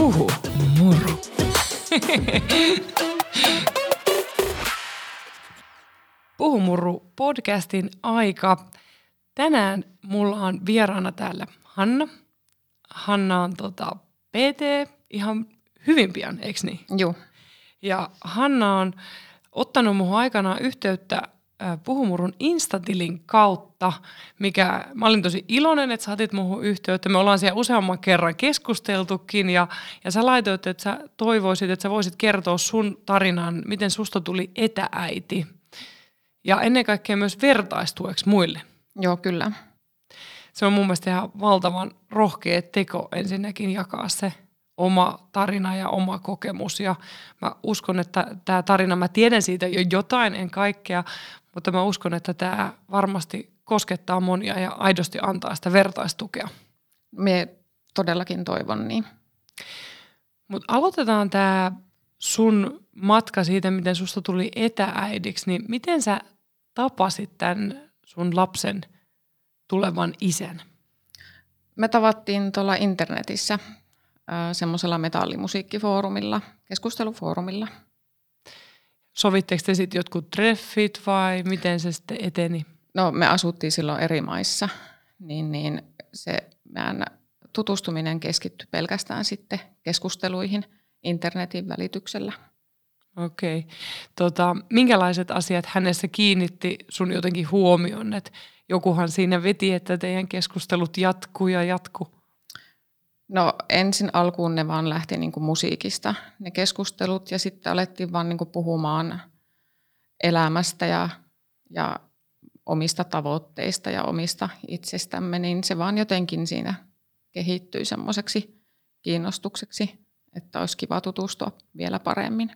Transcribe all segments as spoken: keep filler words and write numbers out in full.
Puhu muru. Puhu muru podcastin aika. Tänään mulla on vieraana täällä Hanna. Hanna on tota P T ihan hyvin pian, eikö niin? Joo. Ja Hanna on ottanut muuhun aikanaan yhteyttä Puhumurun Instatilin kautta, mikä mä olin tosi iloinen, että sä otit muuhun yhteyttä. Me ollaan siellä useamman kerran keskusteltukin ja, ja sä laitoit, että sä toivoisit, että sä voisit kertoa sun tarinan, miten susta tuli etääiti. Ja ennen kaikkea myös vertaistueksi muille. Joo, kyllä. Se on mun mielestä ihan valtavan rohkea teko ensinnäkin jakaa se oma tarina ja oma kokemus. Ja mä uskon, että tämä tarina, mä tiedän siitä jo jotain, en kaikkea, mutta mä uskon, että tämä varmasti koskettaa monia ja aidosti antaa sitä vertaistukea. Mie todellakin toivon niin. Mutta aloitetaan tämä sun matka siitä, miten susta tuli etääidiksi, niin miten sä tapasit tämän sun lapsen tulevan isän? Me tavattiin tuolla internetissä semmoisella metallimusiikkifoorumilla, keskustelufoorumilla. Sovitteko te sitten jotkut treffit vai miten se sitten eteni? No me asuttiin silloin eri maissa, niin, niin se meidän tutustuminen keskittyi pelkästään sitten keskusteluihin internetin välityksellä. Okei. Tota, minkälaiset asiat hänessä kiinnitti sun jotenkin huomioon, että jokuhan siinä veti, että teidän keskustelut jatkuu ja jatkuu? No ensin alkuun ne vaan lähti niinku musiikista, ne keskustelut, ja sitten alettiin vaan niinku puhumaan elämästä ja, ja omista tavoitteista ja omista itsestämme, niin se vaan jotenkin siinä kehittyi semmoiseksi kiinnostukseksi, että olisi kiva tutustua vielä paremmin.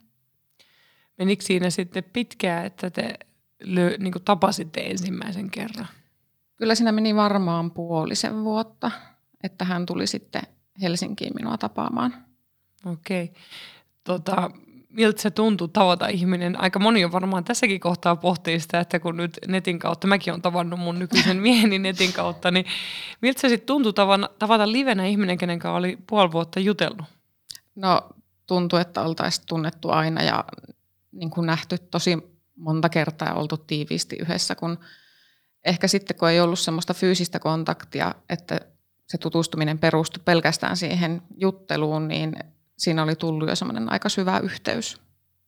Menikö siinä sitten pitkään, että te lö, niin kuin tapasitte ensimmäisen kerran? Kyllä siinä meni varmaan puolisen vuotta, että hän tuli sitten Helsinkiin minua tapaamaan. Okei. Tota, miltä se tuntui tavata ihminen? Aika moni on varmaan tässäkin kohtaa pohtii sitä, että kun nyt netin kautta, mäkin olen tavannut mun nykyisen mieheni netin kautta, niin miltä se sitten tuntui tavata, tavata livenä ihminen, kenen kanssa oli puoli vuotta jutellut? No tuntui, että oltaisiin tunnettu aina ja niin kuin nähty tosi monta kertaa ja oltu tiiviisti yhdessä, kun ehkä sitten kun ei ollut semmoista fyysistä kontaktia, että se tutustuminen perustui pelkästään siihen jutteluun, niin siinä oli tullut jo semmoinen aika syvä yhteys.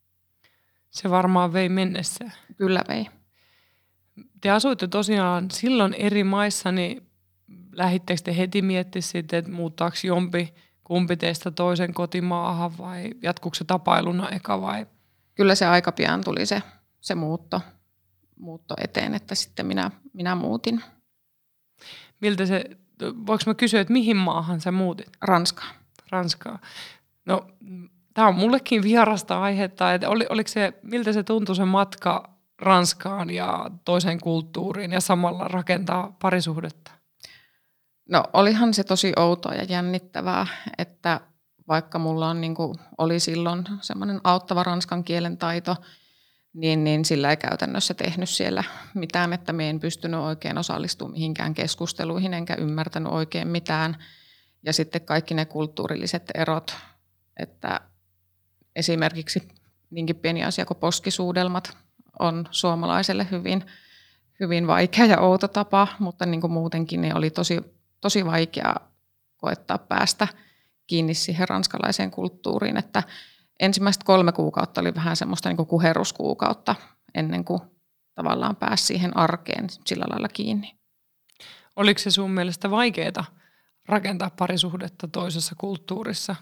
Se varmaan vei mennessä. Kyllä vei. Te asuitte tosiaan silloin eri maissa, niin lähdittekö te heti miettimään sitten, että muuttaako jompi kumpi teistä toisen kotimaahan vai jatkuuko se tapailuna eka vai? Kyllä se aika pian tuli se, se muutto, muutto eteen, että sitten minä, minä muutin. Miltä se, voinko mä kysyä, että mihin maahan sä muutit? Ranskaan. Ranskaan. No, tämä on mullekin vierasta aihetta, että oli, oliko se, miltä se tuntui se matka Ranskaan ja toiseen kulttuuriin ja samalla rakentaa parisuhdetta? No olihan se tosi outoa ja jännittävää, että vaikka mulla on, niin kuin oli silloin semmoinen auttava ranskan kielen taito, niin, niin sillä ei käytännössä tehnyt siellä mitään, että me en pystynyt oikein osallistumaan mihinkään keskusteluihin, enkä ymmärtänyt oikein mitään. Ja sitten kaikki ne kulttuurilliset erot, että esimerkiksi niinkin pieni asia kuin poskisuudelmat on suomalaiselle hyvin, hyvin vaikea ja outo tapa, mutta niin kuin muutenkin niin oli tosi, tosi vaikea koettaa päästä kiinni siihen ranskalaiseen kulttuuriin, että ensimmäiset kolme kuukautta oli vähän semmoista niin kuin kuherruskuukautta ennen kuin tavallaan pääsi siihen arkeen sillä lailla kiinni. Oliko se sun mielestä vaikeaa rakentaa parisuhdetta toisessa kulttuurissa?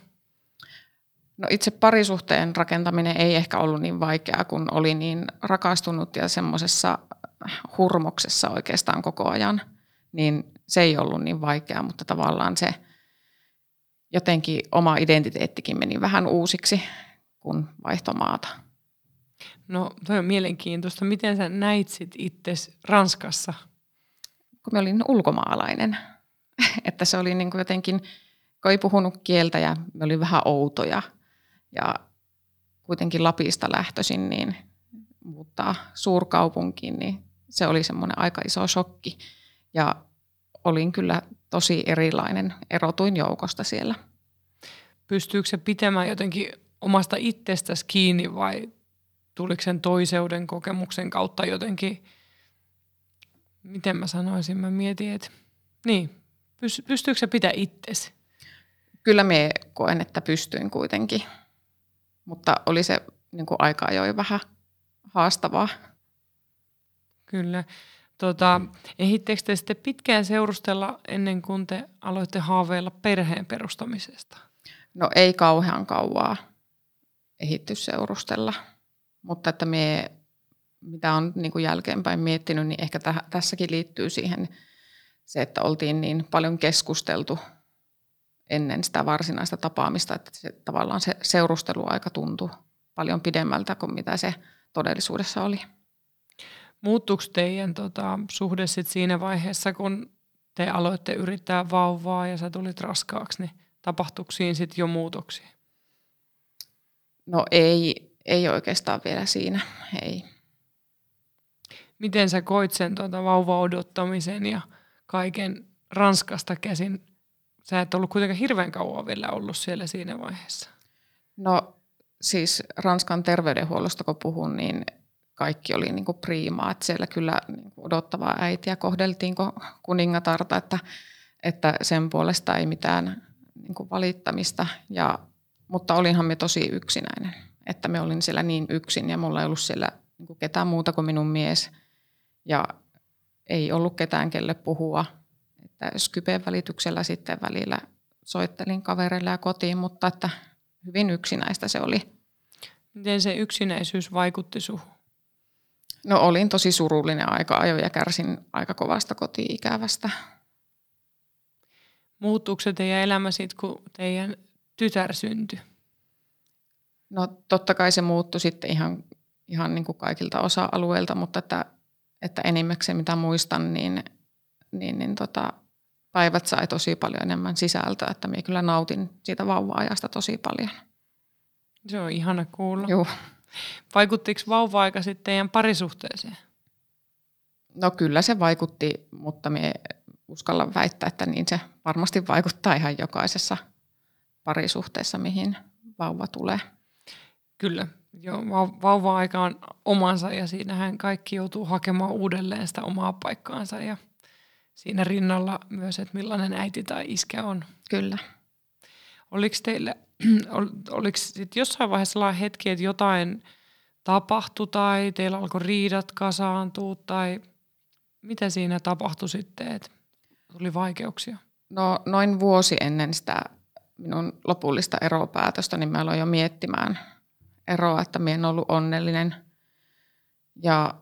No itse parisuhteen rakentaminen ei ehkä ollut niin vaikeaa, kun oli niin rakastunut ja semmoisessa hurmoksessa oikeastaan koko ajan, niin se ei ollut niin vaikeaa, mutta tavallaan se jotenkin oma identiteettikin meni vähän uusiksi, kun vaihtoi maata. No toi on mielenkiintoista. Miten sä näit sit itsesi Ranskassa? Kun mä olin ulkomaalainen, että se oli niin kuin jotenkin, kun ei puhunut kieltä ja me oli vähän outoja ja kuitenkin Lapista lähtöisin, niin muuttaa suurkaupunkiin, niin se oli semmoinen aika iso shokki ja olin kyllä tosi erilainen, erotuin joukosta siellä. pystyykö se pitämään jotenkin omasta itsestäsi kiinni vai tuliko sen toiseuden kokemuksen kautta jotenkin, miten mä sanoisin, mä mietin, että niin, pystyykö se pitää itsesi? Kyllä me koen, että pystyin kuitenkin, mutta oli se niin kuin aika ajoin vähän haastavaa. Kyllä. Tota, ehittekö te sitten pitkään seurustella ennen kuin te aloitte haaveilla perheen perustamisesta? No ei kauhean kauaa ehitty seurustella, mutta että me, mitä on niin kuin jälkeenpäin miettinyt, niin ehkä täh, tässäkin liittyy siihen se, että oltiin niin paljon keskusteltu ennen sitä varsinaista tapaamista, että se, tavallaan se seurusteluaika tuntui paljon pidemmältä kuin mitä se todellisuudessa oli. Muuttuiko teidän tota, suhde sit siinä vaiheessa, kun te aloitte yrittää vauvaa ja sä tulit raskaaksi, niin tapahtuiko siinä sitten jo muutoksia? No ei, ei oikeastaan vielä siinä, ei. Miten sä koit sen tota, vauva-odottamisen ja kaiken Ranskasta käsin? Sä et ollut kuitenkaan hirveän kauan vielä ollut siellä siinä vaiheessa. No siis Ranskan terveydenhuollosta kun puhun, niin kaikki oli niin kuin priimaa. Että siellä kyllä niin kuin odottavaa äitiä kohdeltiin kuin kuningatarta, että, että sen puolesta ei mitään niin kuin valittamista. Ja, mutta olinhan me tosi yksinäinen, että me olin siellä niin yksin ja mulla ei ollut siellä niin kuin ketään muuta kuin minun mies. Ja ei ollut ketään kelle puhua. Että Skypen välityksellä sitten välillä soittelin kavereille ja kotiin, mutta että hyvin yksinäistä se oli. Miten se yksinäisyys vaikutti suhun? No olin tosi surullinen aika ajoin ja kärsin aika kovasta koti-ikävästä. Muuttuuko se teidän elämä siitä, kun teidän tytär syntyi? No totta kai se muuttui sitten ihan, ihan niin kuin kaikilta osa-alueilta, mutta että, että enimmäkseen mitä muistan, niin, niin, niin tota, päivät sai tosi paljon enemmän sisältöä, että minä kyllä nautin siitä vauva-ajasta tosi paljon. Se on ihana kuulla. Joo. Vaikuttiko vauva-aika sitten teidän parisuhteeseen? No kyllä se vaikutti, mutta minä uskallan väittää, että niin se varmasti vaikuttaa ihan jokaisessa parisuhteessa, mihin vauva tulee. Kyllä. Joo, vauva-aika on omansa ja siinähän kaikki joutuu hakemaan uudelleen sitä omaa paikkaansa ja siinä rinnalla myös, että millainen äiti tai iskä on. Kyllä. Oliko teillä, oliko sit jossain vaiheessa sellainen hetki, että jotain tapahtui tai teillä alkoi riidat kasaantua tai mitä siinä tapahtui sitten, että tuli vaikeuksia? No noin vuosi ennen sitä minun lopullista eropäätöstä, niin mä aloin jo miettimään eroa, että minä en ollut onnellinen. Ja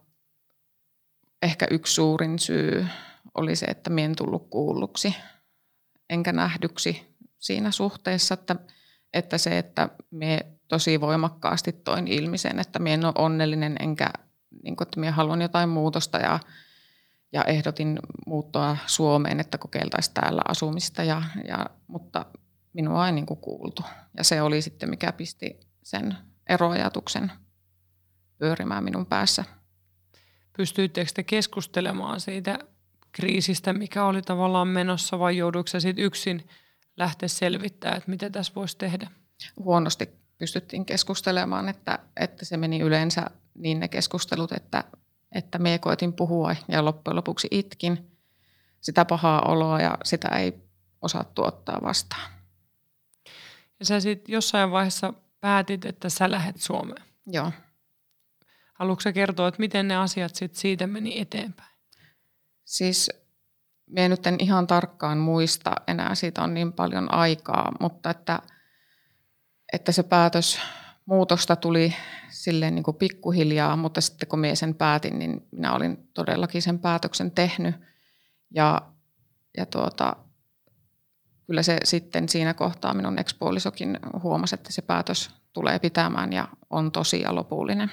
ehkä yksi suurin syy oli se, että minä en tullut kuulluksi enkä nähdyksi siinä suhteessa, että, että se, että minä tosi voimakkaasti toin ilmi sen, että minä en ole onnellinen enkä, niin kuin, että minä haluan jotain muutosta ja, ja ehdotin muuttoa Suomeen, että kokeiltaisiin täällä asumista, ja, ja, mutta minua ei niin kuin kuultu. Ja se oli sitten, mikä pisti sen eroajatuksen pyörimään minun päässä. Pystyittekö te keskustelemaan siitä kriisistä, mikä oli tavallaan menossa, vai jouduiko sä sitten yksin lähteä selvittämään, että mitä tässä voisi tehdä? Huonosti pystyttiin keskustelemaan, että, että se meni yleensä niin ne keskustelut, että, että me koitin puhua ja loppujen lopuksi itkin sitä pahaa oloa ja sitä ei osattu ottaa vastaan. Ja sä sitten jossain vaiheessa päätit, että sä lähdet Suomeen. Joo. Haluatko sä kertoa, että miten ne asiat sit siitä meni eteenpäin? Siis minä nyt en ihan tarkkaan muista, enää siitä on niin paljon aikaa, mutta että, että se päätös muutosta tuli silleen niin kuin pikkuhiljaa, mutta sitten kun minä sen päätin, niin minä olin todellakin sen päätöksen tehnyt. Ja, ja tuota, kyllä se sitten siinä kohtaa minun ex-puolisokin huomasi, että se päätös tulee pitämään ja on tosi ja lopullinen.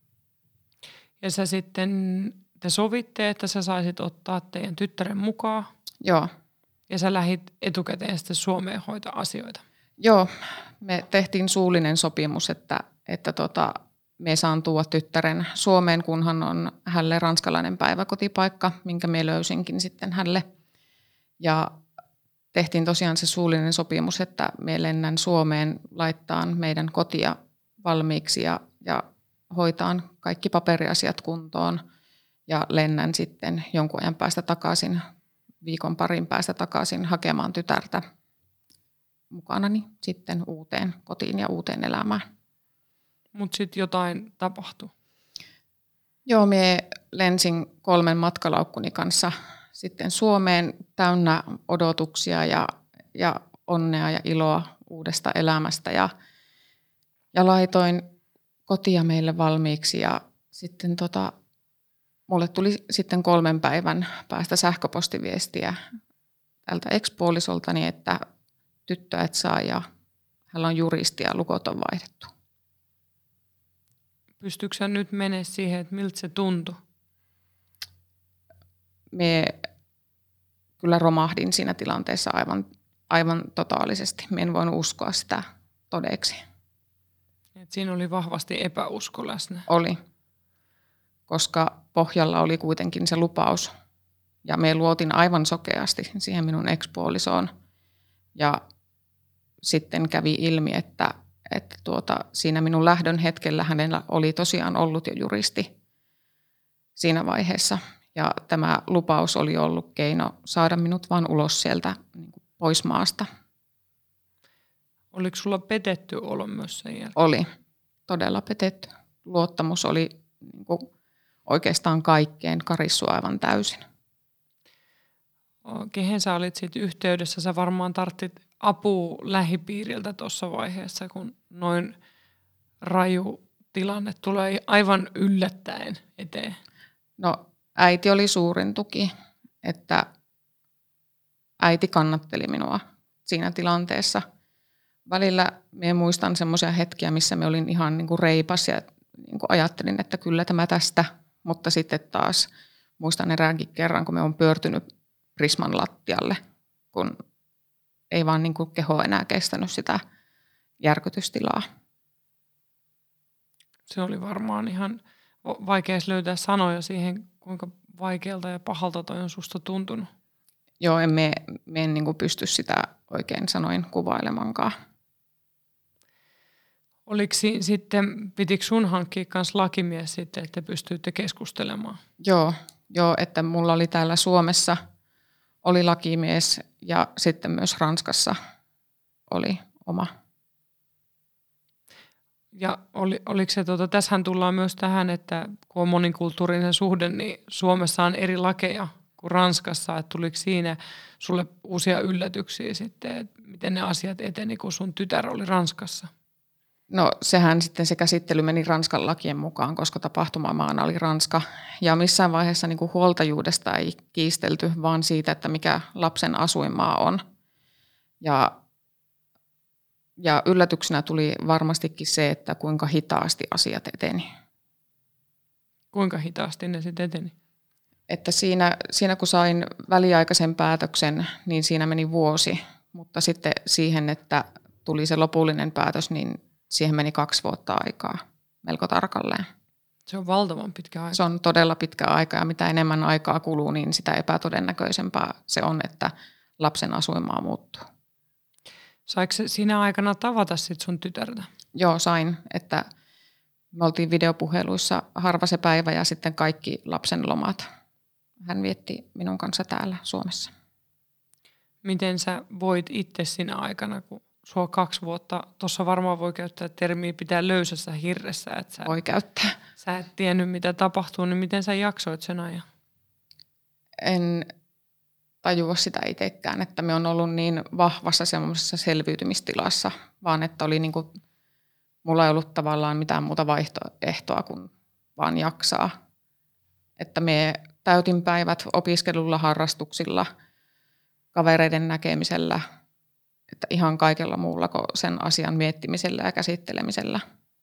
Ja sä sitten, te sovitte, että sä saisit ottaa teidän tyttären mukaan. Joo. Ja sä lähit etukäteen sitten Suomeen hoitaa asioita. Joo, me tehtiin suullinen sopimus, että, että tota, me saan tuoda tyttären Suomeen, kunhan on hänelle ranskalainen päiväkotipaikka, minkä me löysinkin sitten hänelle. Ja tehtiin tosiaan se suullinen sopimus, että me lennän Suomeen laittaa meidän kotia valmiiksi ja, ja hoitaan kaikki paperiasiat kuntoon ja lennän sitten jonkun ajan päästä takaisin, viikon parin päästä takaisin hakemaan tytärtä mukanani sitten uuteen kotiin ja uuteen elämään. Mutta sitten jotain tapahtui. Joo, minä lensin kolmen matkalaukkuni kanssa sitten Suomeen täynnä odotuksia ja, ja onnea ja iloa uudesta elämästä ja, ja laitoin kotia meille valmiiksi ja sitten tota, mulle tuli sitten kolmen päivän päästä sähköpostiviestiä tältä ex-puolisoltani, että tyttöä et saa ja hän on juristi ja lukot on vaihdettu. Pystyykö sä nyt mennä siihen, että miltä se tuntui? Me kyllä romahdin siinä tilanteessa aivan, aivan totaalisesti. Me en voinut uskoa sitä todeksi. Et siinä oli vahvasti epäusko läsnä. Oli, koska pohjalla oli kuitenkin se lupaus. Ja me luotin aivan sokeasti siihen minun ex-puolisoon. Ja sitten kävi ilmi, että, että tuota, siinä minun lähdön hetkellä hänellä oli tosiaan ollut jo juristi siinä vaiheessa. Ja tämä lupaus oli ollut keino saada minut vaan ulos sieltä niin kuin pois maasta. Oliko sulla petetty olo myös sen jälkeen? Oli, todella petetty. Luottamus oli niin kuin oikeastaan kaikkeen karissu aivan täysin. Kehen sä olit sitten yhteydessä? Sä varmaan tarvitsit apua lähipiiriltä tuossa vaiheessa, kun noin raju tilanne tulee aivan yllättäen eteen. No äiti oli suurin tuki, että äiti kannatteli minua siinä tilanteessa. Välillä minä muistan semmoisia hetkiä, missä me olin ihan niin kuin reipas ja niin kuin ajattelin, että kyllä tämä tästä. Mutta sitten taas muistan eräänkin kerran, kun me on pyörtynyt Prisman lattialle, kun ei vaan niin kuin keho enää kestänyt sitä järkytystilaa. Se oli varmaan ihan vaikea löytää sanoja siihen, kuinka vaikealta ja pahalta toi on susta tuntunut. Joo, en me, me en niin kuin pysty sitä oikein sanoin kuvailemankaan. Oliko sitten, pitikö sun hankkia kans lakimies sitten, että pystyitte keskustelemaan? Joo, joo, että mulla oli täällä Suomessa oli lakimies ja sitten myös Ranskassa oli oma. Ja oli, oliko se, tuota, tässähän tullaan myös tähän, että kun on monikulttuurinen suhde, niin Suomessa on eri lakeja kuin Ranskassa. Että tuliko siinä sulle uusia yllätyksiä sitten, että miten ne asiat eteni, kun sun tytär oli Ranskassa? No sehän sitten se käsittely meni Ranskan lakien mukaan, koska tapahtumamaana oli Ranska. Ja missään vaiheessa niin kuin huoltajuudesta ei kiistelty, vaan siitä, että mikä lapsen asuinmaa on. Ja, ja yllätyksenä tuli varmastikin se, että kuinka hitaasti asiat eteni. Kuinka hitaasti ne sitten eteni? Että siinä, siinä kun sain väliaikaisen päätöksen, niin siinä meni vuosi. Mutta sitten siihen, että tuli se lopullinen päätös, niin siihen meni kaksi vuotta aikaa melko tarkalleen. Se on valtavan pitkä aika. Se on todella pitkä aika ja mitä enemmän aikaa kuluu, niin sitä epätodennäköisempää se on, että lapsen asuinmaa muuttuu. Saiko se sinä aikana tavata sit sun tytärtä? Joo, sain. Että me oltiin videopuheluissa harva se päivä ja sitten kaikki lapsen lomat. Hän vietti minun kanssa täällä Suomessa. Miten sä voit itse sinä aikana, kun sua kaksi vuotta, tuossa varmaan voi käyttää termiä pitää löysässä hirressä, että sä, voi käyttää. Sä et tiennyt mitä tapahtuu, niin miten sä jaksoit sen ajan? En tajua sitä itsekään, että me on ollut niin vahvassa semmoisessa selviytymistilassa, vaan että oli niinku, mulla ei ollut tavallaan mitään muuta vaihtoehtoa kuin vaan jaksaa. Että me täytin päivät opiskelulla, harrastuksilla, kavereiden näkemisellä, että ihan kaikella muulla kuin sen asian miettimisellä ja käsittelemisellä.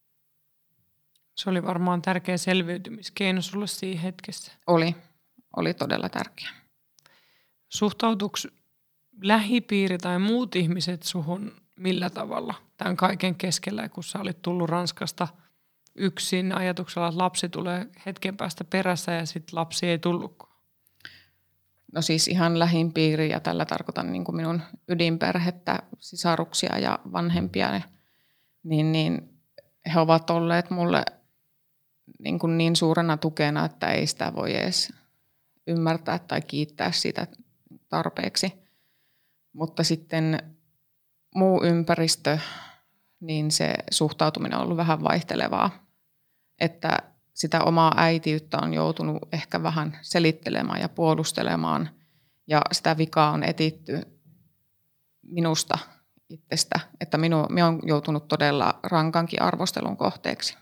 Se oli varmaan tärkeä selviytymiskeino sulle siinä hetkessä. Oli, oli todella tärkeä. Suhtautuiko lähipiiri tai muut ihmiset suhun millä tavalla tämän kaiken keskellä, kun sä olit tullut Ranskasta yksin ajatuksella, että lapsi tulee hetken päästä perässä ja sitten lapsi ei tullutkaan? No siis ihan lähipiiri ja tällä tarkoitan niin kuin minun ydinperhettä, sisaruksia ja vanhempia, niin, niin he ovat olleet mulle niin, kuin niin suurena tukena, että ei sitä voi edes ymmärtää tai kiittää sitä tarpeeksi. Mutta sitten muu ympäristö, niin se suhtautuminen on ollut vähän vaihtelevaa, että sitä omaa äitiyttä on joutunut ehkä vähän selittelemään ja puolustelemaan, ja sitä vikaa on etitty minusta itsestä, että minu, minä olen joutunut todella rankankin arvostelun kohteeksi.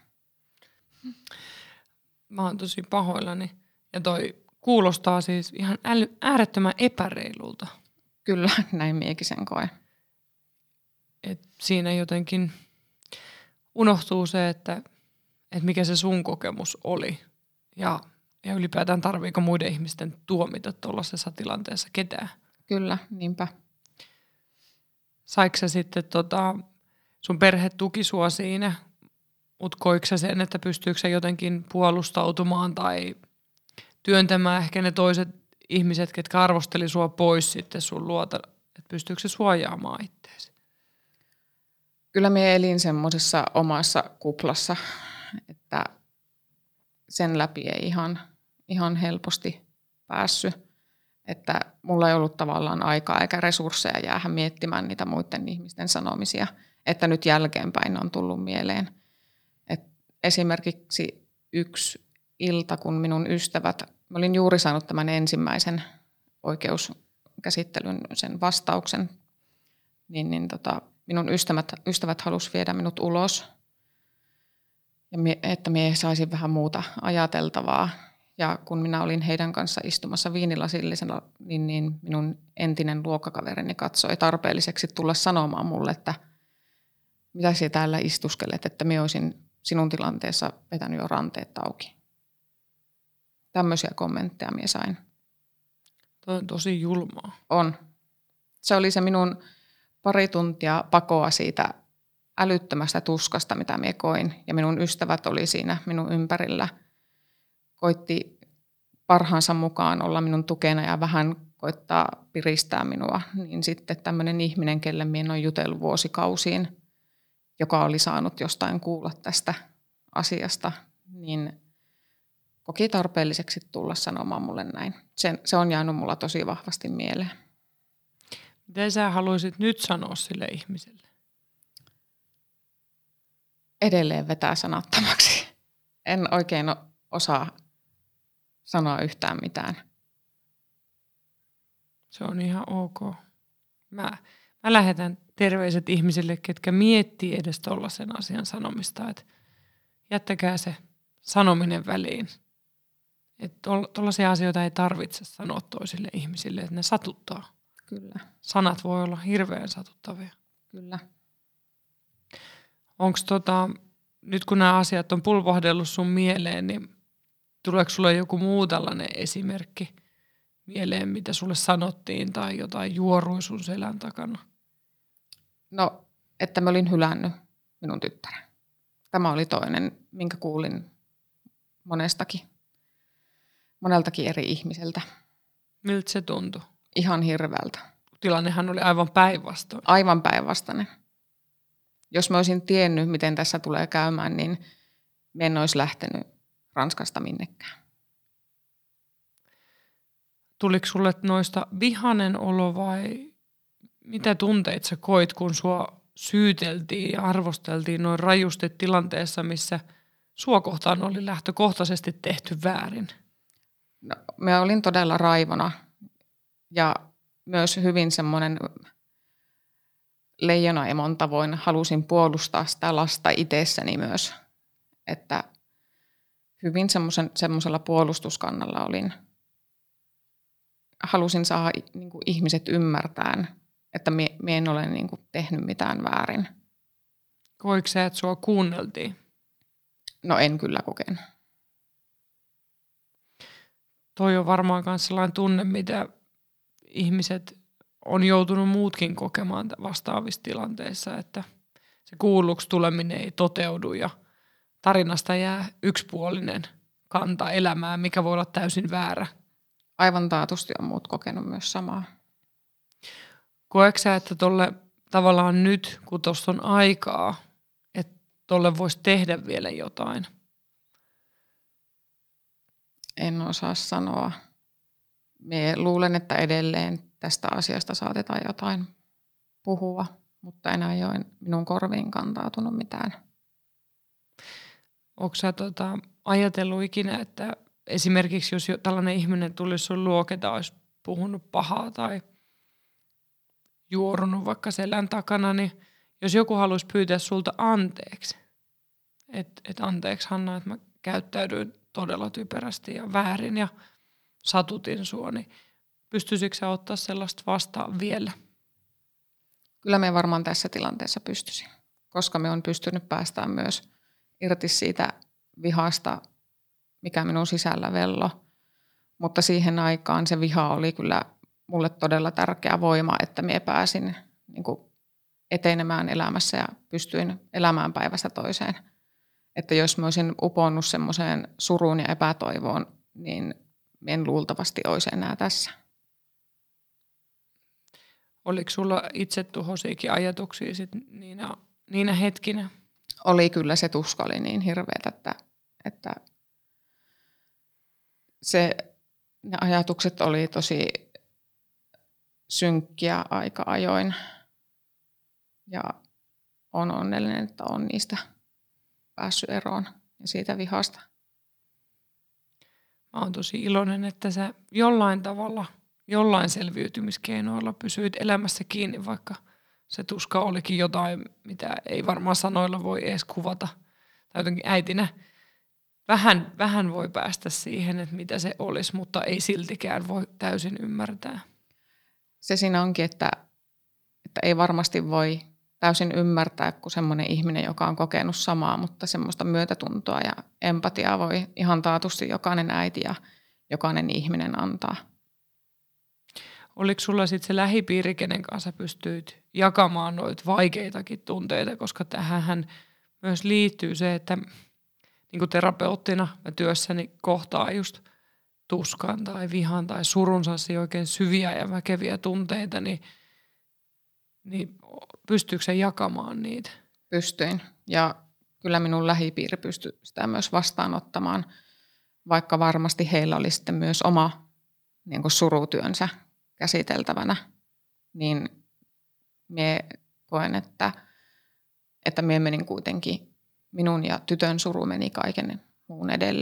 Mä oon tosi pahoillani, ja toi kuulostaa siis ihan äly, äärettömän epäreilulta. Kyllä, näin miekin sen koen. Et siinä jotenkin unohtuu se, että, että mikä se sun kokemus oli. Ja, ja ylipäätään tarviiko muiden ihmisten tuomita tuollaisessa tilanteessa ketään. Kyllä, niinpä. Saiko sä sitten tota, sun perhe tuki sua siinä, mutta koiko sä sen, että pystyykö sä jotenkin puolustautumaan tai työntämään ehkä ne toiset ihmiset, ketkä arvosteli sua pois sitten sun luota, että pystyykö se suojaamaan itseäsi? Kyllä minä elin semmoisessa omassa kuplassa, että sen läpi ei ihan, ihan helposti päässyt. Että mulla ei ollut tavallaan aikaa eikä resursseja jäädä miettimään niitä muiden ihmisten sanomisia, että nyt jälkeenpäin on tullut mieleen. Et esimerkiksi yksi ilta, kun minun ystävät, mä olin juuri saanut tämän ensimmäisen oikeuskäsittelyn, sen vastauksen, niin, niin tota, minun ystävät, ystävät halusivat viedä minut ulos, ja mie, että minä saisin vähän muuta ajateltavaa. Ja kun minä olin heidän kanssa istumassa viinilasillisena, niin, niin minun entinen luokkakaverini katsoi tarpeelliseksi tulla sanomaan mulle, että mitä sinä täällä istuskelet, että minä olisin sinun tilanteessa vetänyt jo ranteet auki. Tämmöisiä kommentteja minä sain. Toi on tosi julmaa. On. Se oli se minun pari tuntia pakoa siitä älyttömästä tuskasta, mitä minä koin. Ja minun ystävät oli siinä minun ympärillä. Koitti parhaansa mukaan olla minun tukena ja vähän koittaa piristää minua. Niin sitten tämmöinen ihminen, kelle minä en ole jutellut vuosikausiin, joka oli saanut jostain kuulla tästä asiasta, niin koki tarpeelliseksi tulla sanomaan mulle näin. Se, se on jäänyt mulla tosi vahvasti mieleen. Miten sä haluaisit nyt sanoa sille ihmiselle? Edelleen vetää sanattomaksi. En oikein osaa sanoa yhtään mitään. Se on ihan ok. Mä, mä lähetän terveiset ihmisille, ketkä miettii edes tollaisen asian sanomista, että jättäkää se sanominen väliin. Että tollaisia asioita ei tarvitse sanoa toisille ihmisille, että ne satuttaa. Kyllä. Sanat voi olla hirveän satuttavia. Kyllä. Onko tota, nyt kun nämä asiat on pulvahdellut sun mieleen, niin tuleeko sulle joku muu tällainen esimerkki mieleen, mitä sulle sanottiin tai jotain juorui sun selän takana? No, että mä olin hylännyt minun tyttären. Tämä oli toinen, minkä kuulin monestakin, moneltakin eri ihmiseltä. Miltä se tuntui? Ihan hirveältä. Tilannehan oli aivan päinvastoin. Aivan päinvastainen. Jos mä olisin tiennyt, miten tässä tulee käymään, niin mä en olisi lähtenyt Ranskasta minnekään. Tuliko sulle noista vihainen olo vai mitä tunteita sä koit, kun sua syyteltiin ja arvosteltiin noin rajusti tilanteessa, missä sua kohtaan oli lähtökohtaisesti tehty väärin? No, mä olin todella raivona ja myös hyvin semmoinen leijonaemon tavoin halusin puolustaa sitä lasta itsessäni myös, että hyvin semmoisella puolustuskannalla olin. Halusin saada niin kuin ihmiset ymmärtämään, että mie, mie en ole niin kuin tehnyt mitään väärin. Koiko sä, että sua kuunneltiin? No en kyllä kokenut. Toi on varmaan myös sellainen tunne, mitä ihmiset on joutunut muutkin kokemaan vastaavissa tilanteissa, että se kuulluksi tuleminen ei toteudu ja tarinasta jää yksipuolinen kanta elämään, mikä voi olla täysin väärä. aivan taatusti on muut kokenut myös samaa. Koetko sä, että tolle tavallaan nyt, kun tuosta on aikaa, että tolle voisi tehdä vielä jotain? En osaa sanoa. Mie luulen, että edelleen tästä asiasta saatetaan jotain puhua, mutta enää ei ole minun korviin kantautunut mitään. Onko sä tota, ajatellut ikinä, että esimerkiksi jos tällainen ihminen tulisi sun luo, ketä olisi puhunut pahaa tai juorunut vaikka selän takana, niin jos joku haluaisi pyytää sulta anteeksi, että et anteeksi Hanna, että mä käyttäydyin todella typerästi ja väärin ja satutin sua, niin pystyisikö sä ottaa sellaista vastaan vielä? Kyllä me varmaan tässä tilanteessa pystyisin, koska me on pystynyt päästään myös irti siitä vihasta, mikä minun sisällä vello. Mutta siihen aikaan se viha oli kyllä mulle todella tärkeä voima, että minä pääsin niin kuin etenemään elämässä ja pystyin elämään päivästä toiseen. Että jos mä olisin uponnut semmoiseen suruun ja epätoivoon, niin en luultavasti olisi enää tässä. Oliko sulla itsetuhoisiakin ajatuksia sit niinä, niinä hetkinä? Oli kyllä, se tuska oli niin hirveätä, että, että se, ne ajatukset oli tosi synkkiä aika ajoin. Ja on onnellinen, että on niistä päässyt eroon ja siitä vihasta. Mä oon tosi iloinen, että sä jollain tavalla, jollain selviytymiskeinoilla pysyit elämässä kiinni, vaikka se tuska olikin jotain, mitä ei varmaan sanoilla voi edes kuvata. Tai jotenkin äitinä vähän, vähän voi päästä siihen, että mitä se olisi, mutta ei siltikään voi täysin ymmärtää. Se siinä onkin, että, että ei varmasti voi täysin ymmärtää kuin semmoinen ihminen, joka on kokenut samaa, mutta semmoista myötätuntoa ja empatiaa voi ihan taatusti jokainen äiti ja jokainen ihminen antaa. Oliko sulla sitten se lähipiiri, kenen kanssa pystyit jakamaan noita vaikeitakin tunteita, koska tähän myös liittyy se, että niin kuin terapeuttina mä työssäni kohtaa just tuskan tai vihan tai surun oikein syviä ja väkeviä tunteita, niin, niin pystyykö se jakamaan niitä? Pystyin, ja kyllä minun lähipiiri pystyi sitä myös vastaanottamaan, vaikka varmasti heillä oli sitten myös oma niin kuin surutyönsä käsiteltävänä, niin minä koen, että, että minä menin kuitenkin, minun ja tytön suru meni kaiken muun edelle.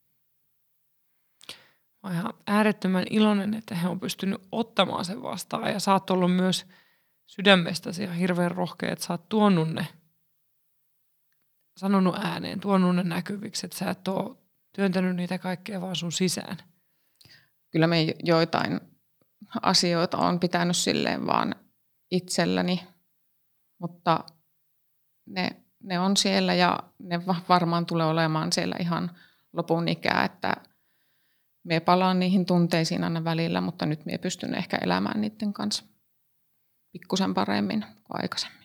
Olen ihan äärettömän iloinen, että he on pystynyt ottamaan sen vastaan ja sä oot ollut myös sydämestäsi ja hirveän rohkea, että sä oot tuonut ne, sanonut ääneen, tuonut ne näkyviksi, että sä et ole työntänyt niitä kaikkea vaan sun sisään. Kyllä me joitain asioita on pitänyt silleen vaan itselläni, mutta ne, ne on siellä ja ne varmaan tulee olemaan siellä ihan lopun ikää, että me palaan niihin tunteisiin aina välillä, mutta nyt me pystyn ehkä elämään niiden kanssa pikkusen paremmin kuin aikaisemmin.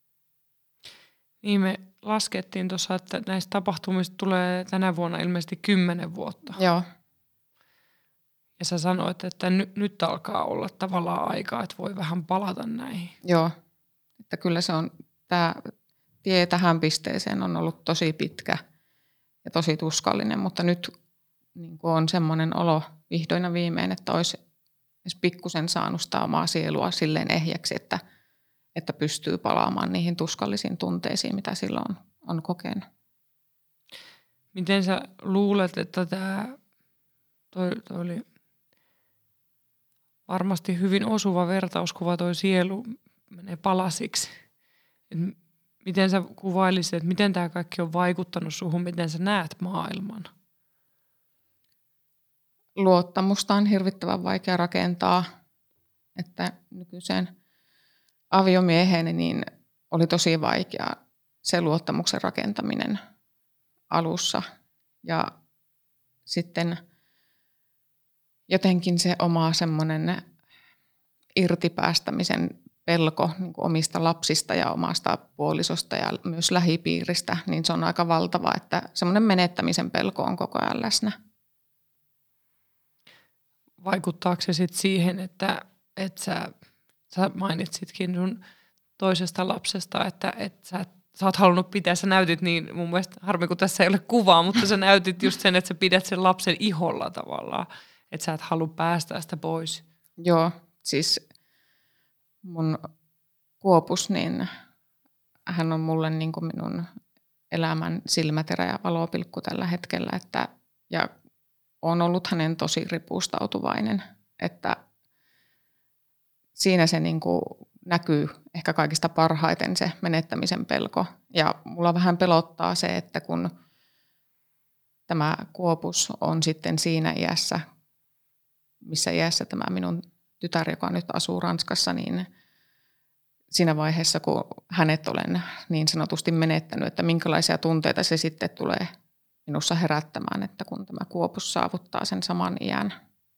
Niin me laskettiin tuossa, että näistä tapahtumista tulee tänä vuonna ilmeisesti kymmenen vuotta. Joo. Ja sä sanoit, että ny, nyt alkaa olla tavallaan aikaa, että voi vähän palata näihin. Joo, että kyllä se on, tämä tie tähän pisteeseen on ollut tosi pitkä ja tosi tuskallinen, mutta nyt niin kuin on semmoinen olo vihdoin ja viimein, että olisi edes pikkusen saanut sitä omaa sielua silleen ehjäksi, että, että pystyy palaamaan niihin tuskallisiin tunteisiin, mitä silloin on, on kokenut. Miten sä luulet, että tämä toi, toi oli varmasti hyvin osuva vertauskuva, toi sielu menee palasiksi. Et miten sä kuvailisit, että miten tämä kaikki on vaikuttanut suhun, miten sä näet maailman? Luottamusta on hirvittävän vaikea rakentaa, että nykyisen aviomieheni niin oli tosi vaikea se luottamuksen rakentaminen alussa. Ja sitten jotenkin se oma semmoinen irtipäästämisen pelko niin kuin omista lapsista ja omasta puolisosta ja myös lähipiiristä, niin se on aika valtava, että semmoinen menettämisen pelko on koko ajan läsnä. vaikuttaako se sitten siihen, että, että sä, sä mainitsitkin sun toisesta lapsesta, että, että sä, sä oot halunnut pitää, sä näytit niin, mun mielestä harmi kun tässä ei ole kuvaa, mutta sä näytit just sen, että sä pidät sen lapsen iholla tavallaan, että sä et halua päästää sitä pois. Joo, siis mun Kuopus, niin hän on mulle niin kuin minun elämän silmäterä ja valopilkku tällä hetkellä, että, ja on ollut hänen tosi ripustautuvainen, että siinä se niin kuin näkyy ehkä kaikista parhaiten se menettämisen pelko. Ja mulla vähän pelottaa se, että kun tämä Kuopus on sitten siinä iässä, missä iässä tämä minun tytär, joka nyt asuu Ranskassa, niin siinä vaiheessa, kun hänet olen niin sanotusti menettänyt, että minkälaisia tunteita se sitten tulee minussa herättämään, että kun tämä Kuopus saavuttaa sen saman iän.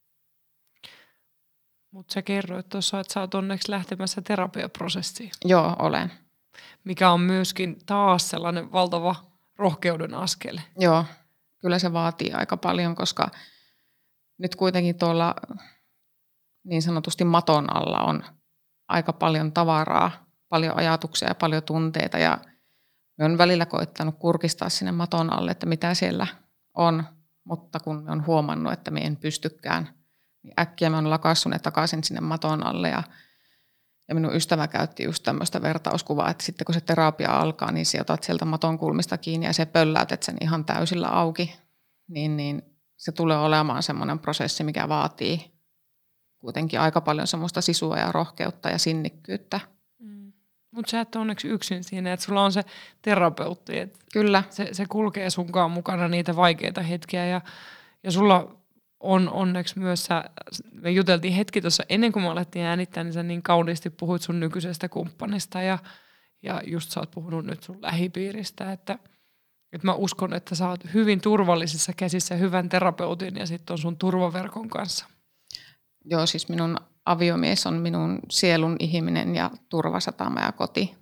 Mutta sä kerroit tuossa, että sä oot onneksi lähtemässä terapiaprosessiin. Joo, olen. Mikä on myöskin taas sellainen valtava rohkeuden askel. Joo, kyllä se vaatii aika paljon, koska nyt kuitenkin tuolla niin sanotusti maton alla on aika paljon tavaraa, paljon ajatuksia ja paljon tunteita. Ja mä oon välillä koittanut kurkistaa sinne maton alle, että mitä siellä on, mutta kun mä oon huomannut, että mä en pystykään, niin äkkiä mä oon lakassut ne takaisin sinne maton alle. Ja, ja minun ystävä käytti just tämmöistä vertauskuvaa, että sitten kun se terapia alkaa, niin sä otat sieltä maton kulmista kiinni ja se pölläytet sen ihan täysillä auki. Niin, niin se tulee olemaan semmoinen prosessi, mikä vaatii kuitenkin aika paljon semmoista sisua ja rohkeutta ja sinnikkyyttä. Mm. Mutta sä et onneksi yksin siinä, että sulla on se terapeutti. Että Kyllä. Se, se kulkee sunkaan mukana niitä vaikeita hetkiä ja, ja sulla on onneksi myös, sä, me juteltiin hetki tuossa ennen kuin me alettiin äänittää, niin sä niin kauniisti puhuit sun nykyisestä kumppanista ja, ja just sä oot puhunut nyt sun lähipiiristä, että, että mä uskon, että sä oot hyvin turvallisissa käsissä hyvän terapeutin ja sitten on sun turvaverkon kanssa. Joo, siis minun aviomies on minun sielun ihminen ja turvasatama ja koti.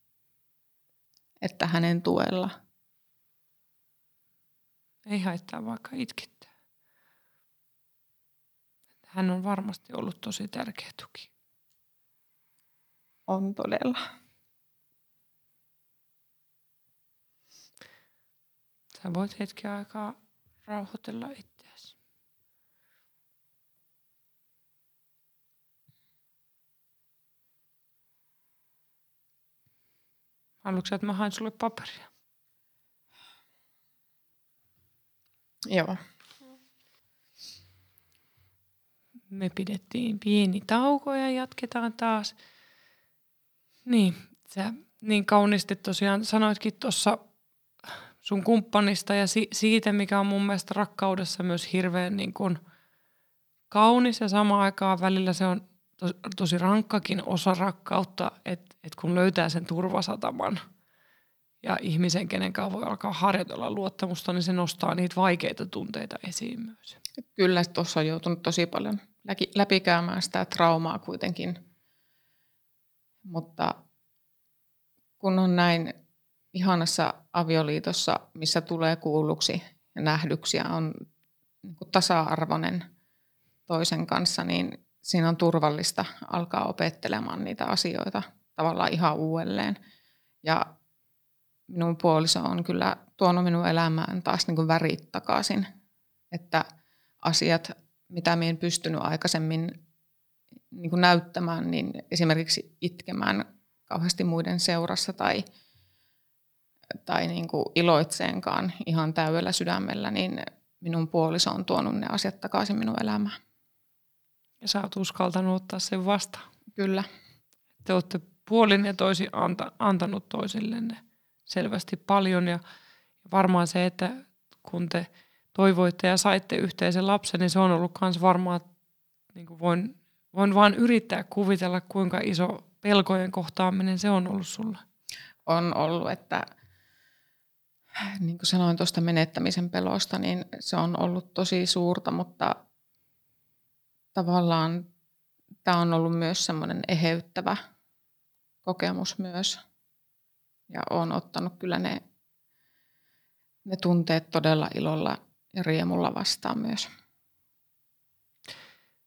Että hänen tuella. Ei haittaa vaikka itkittää. Hän on varmasti ollut tosi tärkeä tuki. On todella. Sä voit hetken aikaa rauhoitella itseäsi. Haluatko, että mä haen sulle paperia? Joo. Me pidettiin pieni tauko ja jatketaan taas. Niin, sä niin kauniisti tosiaan sanoitkin tuossa sun kumppanista ja si- siitä, mikä on mun mielestä rakkaudessa myös hirveän niin kuin kaunis ja samaan aikaan välillä se on tos- tosi rankkakin osa rakkautta, että et kun löytää sen turvasataman ja ihmisen, kenen kanssa voi alkaa harjoitella luottamusta, niin se nostaa niitä vaikeita tunteita esiin myös. Kyllä tuossa on joutunut tosi paljon läpikäymään sitä traumaa kuitenkin, mutta kun on näin ihanassa avioliitossa, missä tulee kuulluksi ja nähdyksi ja on niin kuin tasa-arvoinen toisen kanssa, niin siinä on turvallista alkaa opettelemaan niitä asioita tavallaan ihan uudelleen. Ja minun puoliso on kyllä tuonut minun elämään taas niin kuin värit takaisin, että asiat, mitä minä en pystynyt aikaisemmin niin kuin näyttämään, niin esimerkiksi itkemään kauheasti muiden seurassa tai, tai niin kuin iloitseenkaan ihan täydellä sydämellä, niin minun puoliso on tuonut ne asiat takaisin minun elämään. Ja sä oot uskaltanut ottaa sen vastaan. Kyllä. Te olette puolin ja toisin anta, antanut toisillenne selvästi paljon ja varmaan se, että kun te toivoitte ja saitte yhteisen lapsen, niin se on ollut myös varmaan, niin kuin voin, voin vaan yrittää kuvitella, kuinka iso pelkojen kohtaaminen se on ollut sulle. On ollut, että niin kuin sanoin tuosta menettämisen pelosta, niin se on ollut tosi suurta, mutta tavallaan tämä on ollut myös semmoinen eheyttävä kokemus myös. Ja olen ottanut kyllä ne, ne tunteet todella ilolla ja riemulla vastaan myös.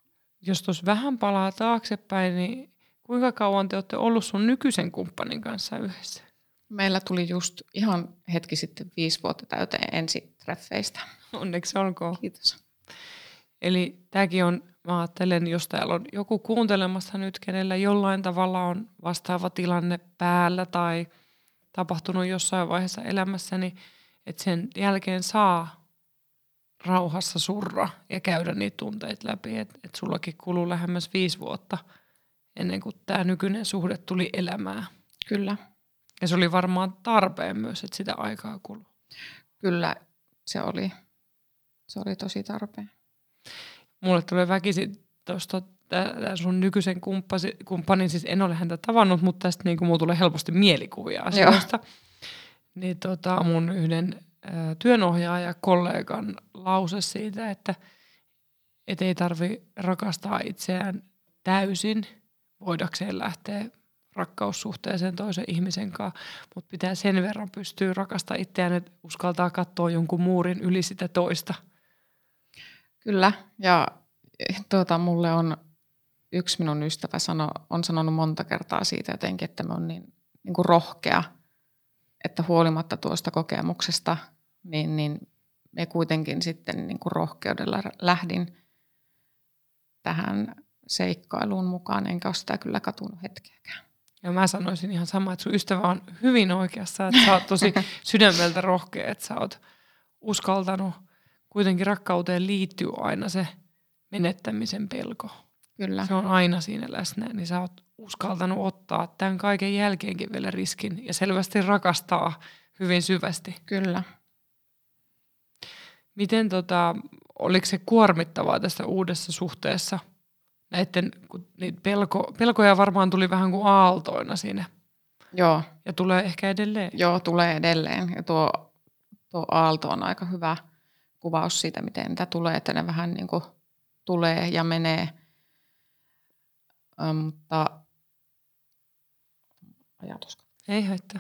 jos tuossa vähän palaa taaksepäin, niin kuinka kauan te olette ollut sun nykyisen kumppanin kanssa yhdessä? Meillä tuli just ihan hetki sitten viisi vuotta täyteen ensi treffeistä. Onneksi olkoon. Kiitos. Eli tämäkin on, mä ajattelen, jos täällä on joku kuuntelemassa nyt, kenellä jollain tavalla on vastaava tilanne päällä tai tapahtunut jossain vaiheessa elämässä, niin että sen jälkeen saa rauhassa surra ja käydä niitä tunteita läpi. Että et sullakin kuluu lähemmäs viisi vuotta ennen kuin tämä nykyinen suhde tuli elämään. Kyllä. Ja se oli varmaan tarpeen myös, että sitä aikaa kuluu. Kyllä se oli. Se oli tosi tarpeen. Mulle tulee väkisin tuosta tämä sun nykyisen kumppasi, kumppanin, siis en ole häntä tavannut, mutta tästä niin mulla tulee helposti mielikuvia asioista. Joo. Niin tota, mun yhden ä, työnohjaaja kollegan lause siitä, että et ei tarvi rakastaa itseään täysin, voidakseen lähteä rakkaussuhteeseen toisen ihmisen kanssa, mutta pitää sen verran pystyä rakastamaan itseään, että uskaltaa katsoa jonkun muurin yli sitä toista. Kyllä, ja tuota, mulle on yksi minun ystävä sano, on sanonut monta kertaa siitä jotenkin, että mä oon niin, niin kuin rohkea, että huolimatta tuosta kokemuksesta, niin, niin me kuitenkin sitten niin kuin rohkeudella lähdin tähän seikkailuun mukaan, enkä ole sitä kyllä katunut hetkeäkään. Ja mä sanoisin ihan sama, että sun ystävä on hyvin oikeassa, että sä oot tosi sydämeltä rohkea, että sä oot uskaltanut. Kuitenkin rakkauteen liittyy aina se menettämisen pelko. Kyllä. Se on aina siinä läsnä, niin sä oot uskaltanut ottaa tämän kaiken jälkeenkin vielä riskin ja selvästi rakastaa hyvin syvästi. Kyllä. Miten tota, oliko se kuormittavaa tässä uudessa suhteessa? Näiden, kun niitä pelko, pelkoja varmaan tuli vähän kuin aaltoina siinä. Joo. Ja tulee ehkä edelleen. Joo, tulee edelleen. Ja tuo, tuo aalto on aika hyvä kuvaus siitä, miten niitä tulee, että ne vähän niin kuin tulee ja menee. Ähm, mutta ajatus. Ei haittaa.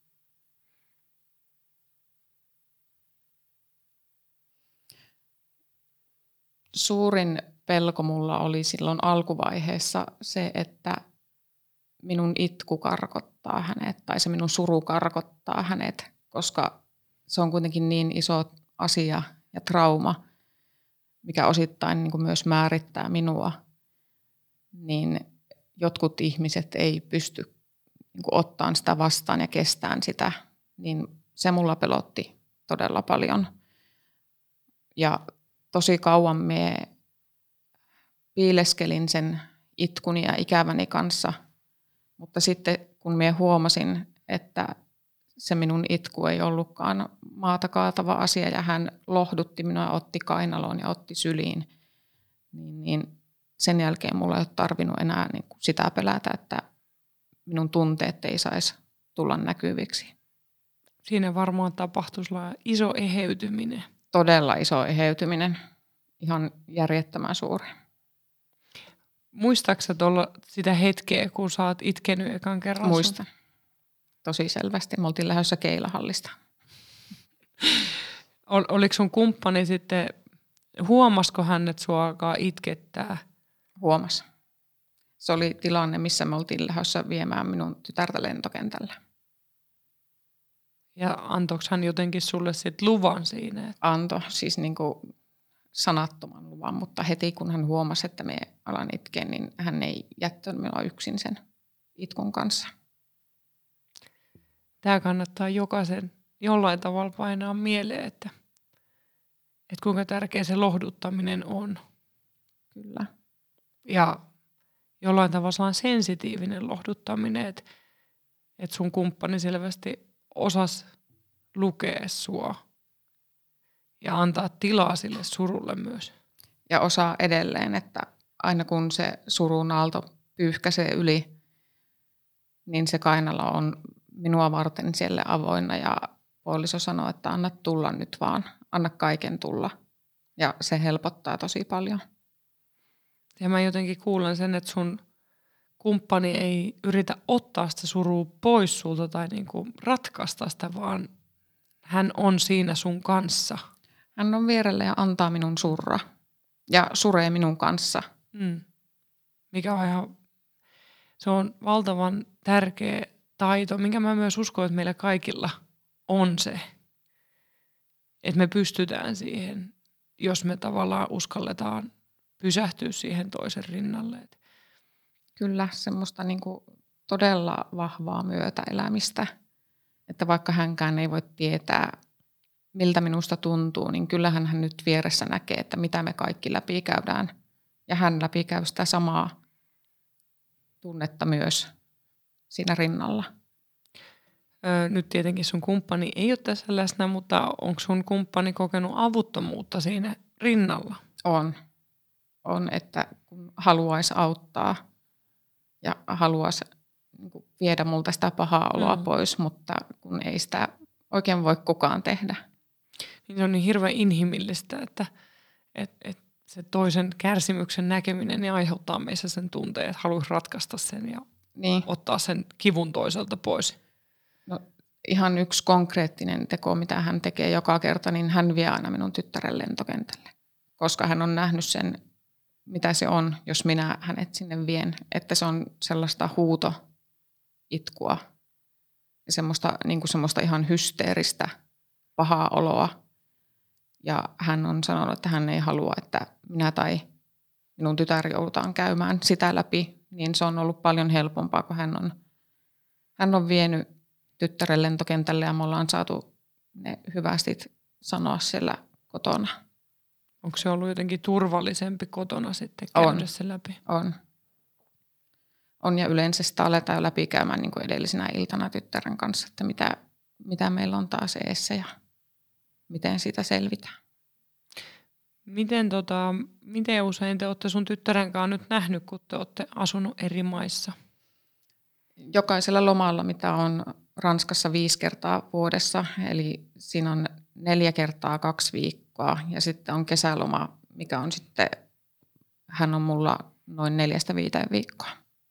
Suurin pelko mulla oli silloin alkuvaiheessa se, että minun itku karkottaa hänet tai se minun suru karkottaa hänet, koska se on kuitenkin niin iso asia ja trauma, mikä osittain niin kuin myös määrittää minua, niin jotkut ihmiset ei pysty niin kuin ottamaan sitä vastaan ja kestään sitä, niin se mulla pelotti todella paljon. Ja tosi kauan mie piileskelin sen itkuni ja ikäväni kanssa, mutta sitten kun mie huomasin, että se minun itku ei ollutkaan maata kaatava asia ja hän lohdutti minua, otti kainaloon ja otti syliin, niin, niin sen jälkeen mulla ei ole tarvinnut enää niin kuin sitä pelätä, että minun tunteet ei saisi tulla näkyviksi. Siinä varmaan tapahtuisi iso eheytyminen. Todella iso eheytyminen, ihan järjettömän suuri. Muistaaksä tuolla sitä hetkeä, kun sä oot itkenyt ekan kerran? Muistan. Tosi selvästi. Me oltiin lähdössä keilahallista. Ol, oliko sun kumppani sitten, huomasiko hän, että sua alkaa itkettää? Huomas. Se oli tilanne, missä me oltiin lähdössä viemään minun tytärtä lentokentällä. Ja antoiko hän jotenkin sulle sitten luvan siinä? Että... Anto, siis niin kuin sanattoman luvan, mutta heti kun hän huomasi, että me alan itkeä, niin hän ei jättänyt minua yksin sen itkun kanssa. Tämä kannattaa jokaisen jollain tavalla painaa mieleen, että, että kuinka tärkeä se lohduttaminen on. Kyllä. Ja jollain tavalla sellainen sensitiivinen lohduttaminen, että, että sun kumppani selvästi osasi lukea sua ja antaa tilaa sille surulle myös. Ja osaa edelleen, että aina kun se surun aalto pyyhkäisee yli, niin se kainalo on minua varten siellä avoinna ja puoliso sanoo, että anna tulla nyt vaan, anna kaiken tulla. Ja se helpottaa tosi paljon. Ja mä jotenkin kuulen sen, että sun kumppani ei yritä ottaa sitä surua pois sulta tai niinku ratkaista sitä, vaan hän on siinä sun kanssa. Hän on vierellä ja antaa minun surra ja suree minun kanssa. Mm. mikä on ihan, se on valtavan tärkeä taito, minkä mä myös uskon, että meillä kaikilla on se, että me pystytään siihen, jos me tavallaan uskalletaan pysähtyä siihen toisen rinnalle. Kyllä, semmoista niin kuin todella vahvaa myötäelämistä, että vaikka hänkään ei voi tietää, miltä minusta tuntuu, niin kyllähän hän nyt vieressä näkee, että mitä me kaikki läpikäydään. Ja hän läpikäy sitä samaa tunnetta myös siinä rinnalla. Öö, nyt tietenkin sun kumppani ei ole tässä läsnä, mutta onko sun kumppani kokenut avuttomuutta siinä rinnalla? On. On, että kun haluaisi auttaa ja haluaisi niin kuin viedä multa sitä pahaa oloa mm. pois, mutta kun ei sitä oikein voi kukaan tehdä. Niin se on niin hirveän inhimillistä, että, että, että se toisen kärsimyksen näkeminen niin aiheuttaa meissä sen tunteen, että haluaisi ratkaista sen ja niin. ottaa sen kivun toiselta pois. No, ihan yksi konkreettinen teko, mitä hän tekee joka kerta, niin hän vie aina minun tyttären lentokentälle. Koska hän on nähnyt sen, mitä se on, jos minä hänet sinne vien. Että se on sellaista huutoitkua ja semmoista, niin kuin semmoista ihan hysteeristä pahaa oloa. Ja hän on sanonut, että hän ei halua, että minä tai minun tytär joudutaan käymään sitä läpi. Niin se on ollut paljon helpompaa, kun hän on, hän on vienyt tyttären lentokentälle ja me ollaan saatu ne hyvästit sanoa siellä kotona. Onko se ollut jotenkin turvallisempi kotona sitten käydä on. se läpi? On. On ja yleensä sitä aletaan jo läpikäymään niin kuin edellisenä iltana tyttären kanssa, että mitä, mitä meillä on taas eessä ja miten siitä selvitään. Miten, tota, miten usein te olette sun tyttären kanssa nyt nähnyt, kun te olette asunut eri maissa? Jokaisella lomalla, mitä on Ranskassa viisi kertaa vuodessa, eli siinä on neljä kertaa kaksi viikkoa ja sitten on kesäloma, mikä on sitten, hän on mulla noin neljästä viiteen viikkoa.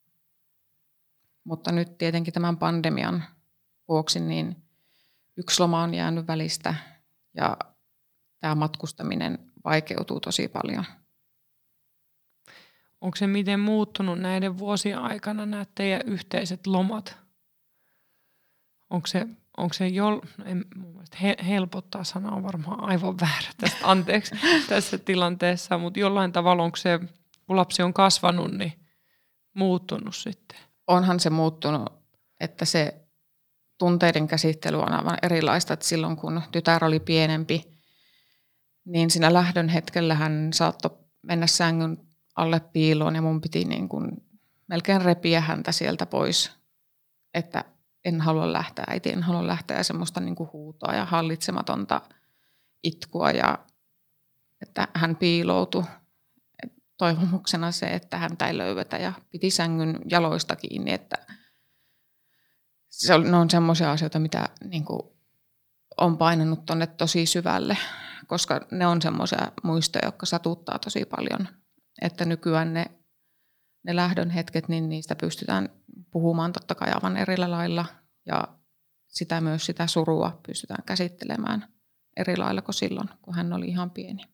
Mutta nyt tietenkin tämän pandemian vuoksi niin yksi loma on jäänyt välistä ja tämä matkustaminen vaikeutuu tosi paljon. Onko se miten muuttunut näiden vuosien aikana nämä teidän yhteiset lomat? Onko se, onko se jol, en, mun mielestä he, helpottaa sana on varmaan aivan väärä tästä, anteeksi tässä tilanteessa, mutta jollain tavalla onko se, kun lapsi on kasvanut, niin muuttunut sitten? Onhan se muuttunut, että se tunteiden käsittely on aivan erilaista, että silloin kun tytär oli pienempi, niin siinä lähdön hetkellä hän saattoi mennä sängyn alle piiloon ja mun piti niin kuin melkein repiä häntä sieltä pois, että en halua lähteä, äiti, en halua lähteä ja semmoista niin kuin huutoa ja hallitsematonta itkua ja että hän piiloutui. Toivomuksena se, että häntä ei löydetä ja piti sängyn jaloista kiinni, että se on, ne on semmoisia asioita, mitä niin kuin on painanut tonne tosi syvälle, koska ne on semmoisia muistoja, jotka satuttaa tosi paljon. Että nykyään ne, ne lähdön hetket, niin niistä pystytään puhumaan totta kai aivan eri lailla ja sitä myös sitä surua pystytään käsittelemään eri lailla kuin silloin, kun hän oli ihan pieni.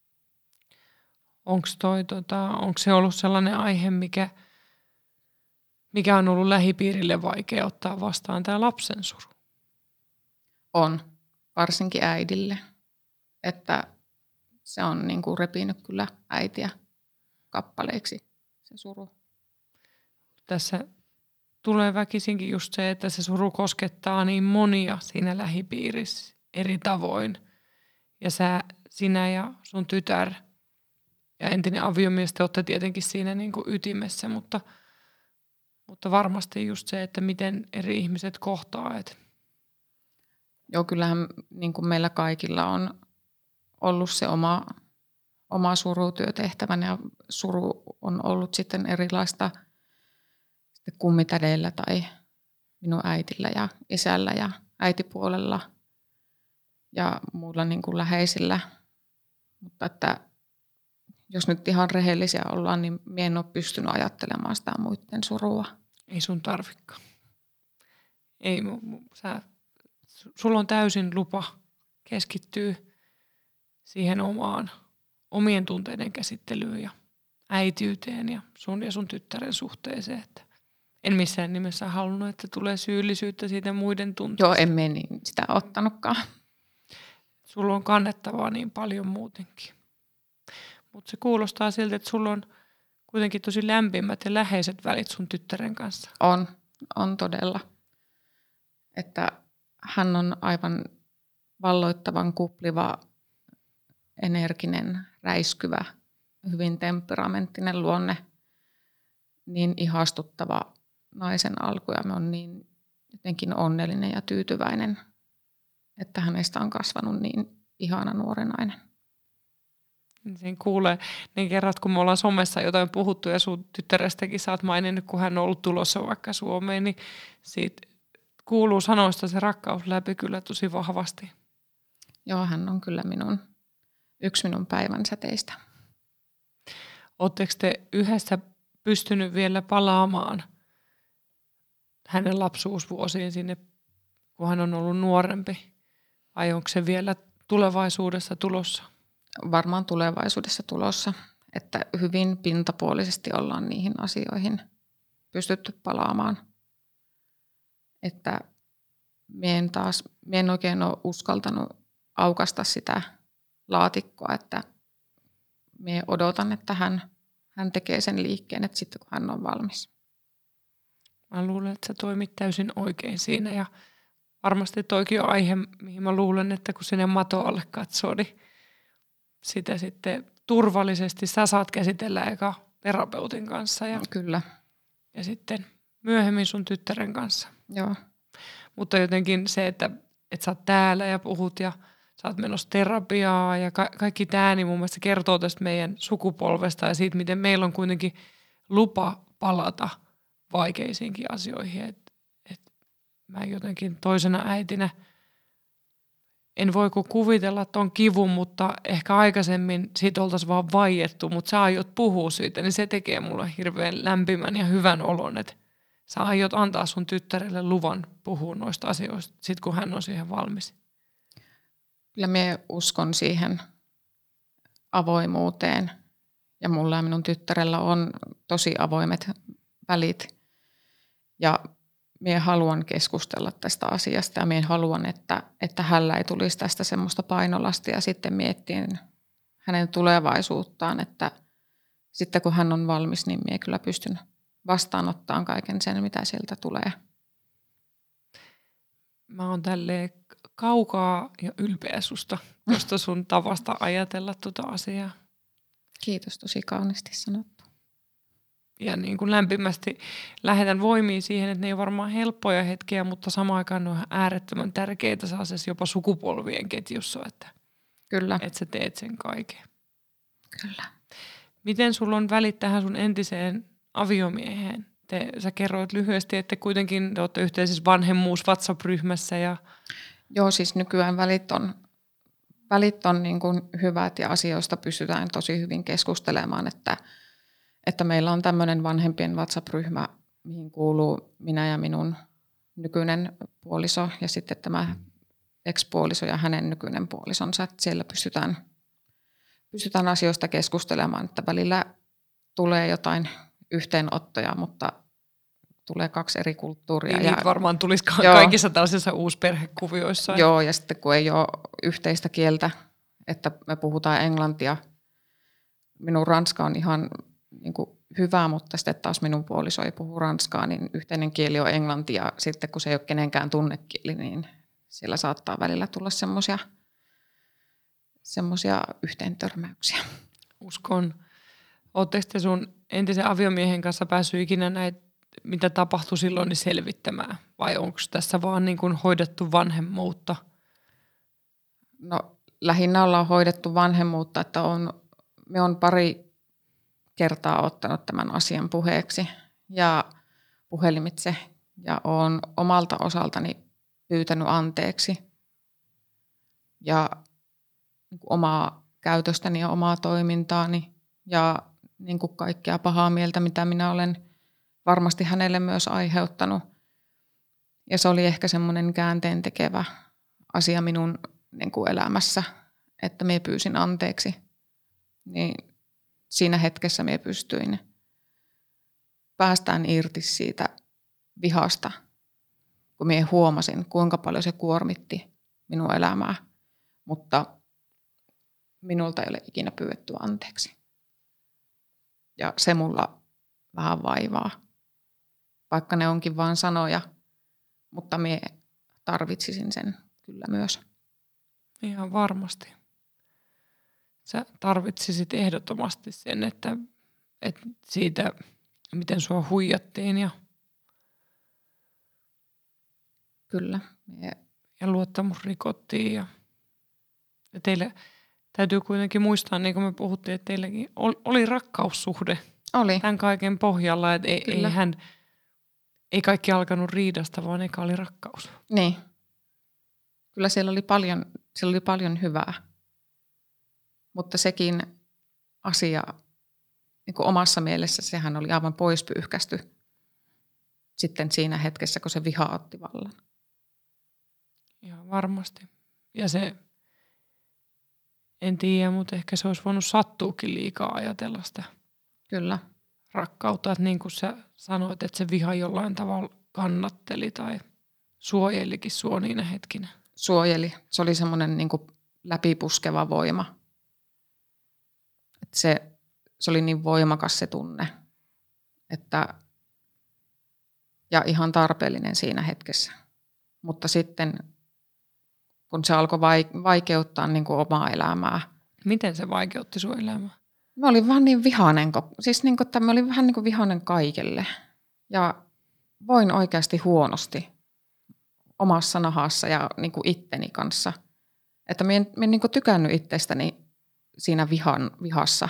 Onko toi, tota, onko se ollut sellainen aihe, mikä, mikä on ollut lähipiirille vaikea ottaa vastaan, tämä lapsen suru? On, varsinkin äidille, että se on niin kuin repinyt kyllä äitiä kappaleiksi se suru. Tässä tulee väkisinkin just se, että se suru koskettaa niin monia siinä lähipiirissä eri tavoin. Ja sä, sinä ja sun tytär ja entinen aviomies, te olette tietenkin siinä niin kuin ytimessä, mutta, mutta varmasti just se, että miten eri ihmiset kohtaa. Et. Joo, kyllähän niin kuin meillä kaikilla on ollut se oma, oma surutyötehtävänä ja suru on ollut sitten erilaista sitten kummitädeillä tai minun äitillä ja isällä ja äitipuolella ja muilla niin kuin läheisillä. Mutta että jos nyt ihan rehellisiä ollaan, niin minä en ole pystynyt ajattelemaan sitä muiden surua. Ei sun tarvikaan. Ei, sä, sulla on täysin lupa keskittyä siihen omaan, omien tunteiden käsittelyyn ja äitiyteen ja sun ja sun tyttären suhteeseen. Että en missään nimessä halunnut, että tulee syyllisyyttä siitä muiden tunteista. Joo, en me niin sitä ottanutkaan. Sulla on kannettavaa niin paljon muutenkin. Mutta se kuulostaa siltä, että sulla on kuitenkin tosi lämpimät ja läheiset välit sun tyttären kanssa. On, on todella. Että hän on aivan valloittavan kupliva, energinen, räiskyvä, hyvin temperamenttinen luonne. Niin ihastuttava naisen alku ja mä oon niin jotenkin onnellinen ja tyytyväinen, että hänestä on kasvanut niin ihana nuori nainen. Siinä kuulee, niin kerrat kun me ollaan somessa jotain puhuttu ja sun tyttärestäkin sä oot maininnut, kun hän on ollut tulossa vaikka Suomeen, niin siitä kuuluu sanoista se rakkaus läpi kyllä tosi vahvasti. Joo, hän on kyllä minun, yksi minun päivän säteistä. Oletteko te yhdessä pystynyt vielä palaamaan hänen lapsuusvuosiin sinne, kun hän on ollut nuorempi? Vai onko se vielä tulevaisuudessa tulossa? Varmaan tulevaisuudessa tulossa, että hyvin pintapuolisesti ollaan niihin asioihin pystytty palaamaan. Että mie en taas, mie en oikein ole uskaltanut aukaista sitä laatikkoa, että mie odotan, että hän, hän tekee sen liikkeen, että sitten kun hän on valmis. Mä luulen, että sä toimit täysin oikein siinä ja varmasti toikin on aihe, mihin mä luulen, että kun sinne maton alle katsoo, niin sitä sitten turvallisesti sä saat käsitellä eka terapeutin kanssa ja, Kyllä. ja sitten myöhemmin sun tyttären kanssa. Joo. Mutta jotenkin se, että, että sä oot täällä ja puhut ja sä oot menossa terapiaa ja ka- kaikki tää, niin mun mielestä kertoo tästä meidän sukupolvesta ja siitä, miten meillä on kuitenkin lupa palata vaikeisiinkin asioihin. Et, et mä jotenkin toisena äitinä en voi kuin kuvitella ton kivun, mutta ehkä aikaisemmin siitä oltaisiin vaan vaiettu, mutta sä aiot puhua siitä, niin se tekee mulle hirveän lämpimän ja hyvän olon, että sä aiot antaa sun tyttärelle luvan puhua noista asioista, sit kun hän on siihen valmis. Kyllä minä uskon siihen avoimuuteen ja mulla ja minun tyttärellä on tosi avoimet välit ja minä haluan keskustella tästä asiasta ja minä haluan, että, että hänellä ei tulisi tästä semmoista painolastia ja sitten miettien hänen tulevaisuuttaan, että sitten kun hän on valmis, niin minä kyllä pystyn vastaanottamaan kaiken sen, mitä sieltä tulee. Mä oon tälleen kaukaa ja ylpeä susta, tuosta sun tavasta ajatella tuota asiaa. Kiitos, tosi kauniisti sanottu. Ja niin kuin lämpimästi lähetän voimia siihen, että ne ei ole varmaan helppoja hetkiä, mutta samaan aikaan ne on äärettömän tärkeitä sellaisessa jopa sukupolvien ketjussa, että, Kyllä. että sä teet sen kaiken. Kyllä. Miten sulla on välit tähän sun entiseen aviomieheen? Te, sä kerroit lyhyesti, että kuitenkin te olette yhteisessä vanhemmuus WhatsApp-ryhmässä. Ja Joo, siis nykyään välit on, välit on niin kuin hyvät ja asioista pystytään tosi hyvin keskustelemaan, että, että meillä on tämmöinen vanhempien WhatsApp-ryhmä, mihin kuuluu minä ja minun nykyinen puoliso ja sitten tämä ex-puoliso ja hänen nykyinen puolisonsa. Että siellä pystytään, pystytään asioista keskustelemaan, että välillä tulee jotain yhteenottoja, mutta tulee kaksi eri kulttuuria. Niin, ja niitä varmaan tulisi ka- joo, kaikissa tällaisissa uusperhekuvioissa. Joo, ja sitten kun ei ole yhteistä kieltä, että me puhutaan englantia. Minun ranska on ihan niin kuin hyvä, mutta sitten taas minun puoliso ei puhu ranskaa, niin yhteinen kieli on englanti. Ja sitten kun se ei ole kenenkään tunnekieli, niin siellä saattaa välillä tulla semmoisia semmoisia yhteentörmäyksiä. Uskon. Oletteko te sun entisen aviomiehen kanssa päässyt ikinä näitä, mitä tapahtui silloin, niin selvittämään? Vai onko tässä vaan niin kuin hoidettu vanhemmuutta? No lähinnä ollaan hoidettu vanhemmuutta, että on, me on pari kertaa ottanut tämän asian puheeksi ja puhelimitse ja olen omalta osaltani pyytänyt anteeksi ja niin kuin omaa käytöstäni ja omaa toimintaani ja niin kuin kaikkea pahaa mieltä, mitä minä olen varmasti hänelle myös aiheuttanut. Ja se oli ehkä semmoinen käänteen tekevä asia minun niin kuin elämässä, että minä pyysin anteeksi. Niin siinä hetkessä minä pystyin päästään irti siitä vihasta, kun minä huomasin, kuinka paljon se kuormitti minun elämää. Mutta minulta ei ole ikinä pyydetty anteeksi. Ja se mulla vähän vaivaa. Vaikka ne onkin vain sanoja, mutta minä tarvitsisin sen kyllä myös. Ihan varmasti. Sä tarvitsisit ehdottomasti sen, että, että siitä, miten sua huijattiin ja, Kyllä. Minä... ja luottamus rikottiin. Ja, ja teille täytyy kuitenkin muistaa, niin kuin me puhuttiin, että teilläkin oli rakkaussuhde Oli. tämän kaiken pohjalla. Että ei, ei, hän, ei kaikki alkanut riidasta, vaan eka oli rakkaus. Niin. Kyllä siellä oli paljon, siellä oli paljon hyvää. Mutta sekin asia niin kuin omassa mielessä, sehän oli aivan poispyyhkästy sitten siinä hetkessä, kun se viha otti vallan. Ihan varmasti. Ja se, en tiedä, mutta ehkä se olisi voinut sattuukin liikaa ajatella sitä Kyllä. rakkautta. Että niin kuin sä sanoit, että se viha jollain tavalla kannatteli tai suojelikin sua niinä hetkinä. Suojeli. Se oli semmoinen niin kuin läpipuskeva voima. Että se, se oli niin voimakas se tunne, että, ja ihan tarpeellinen siinä hetkessä. Mutta sitten, kun se alkoi vaikeuttaa niin kuin omaa elämää. Miten se vaikeutti sun elämää? Mä olin vaan niin vihainen, siis niin kuin, että mä olin vähän niin kuin vihainen kaikelle. Ja voin oikeasti huonosti omassa nahassa ja niin kuin itteni kanssa. Että mä en, mä en niin kuin tykännyt itsestäni siinä vihan, vihassa.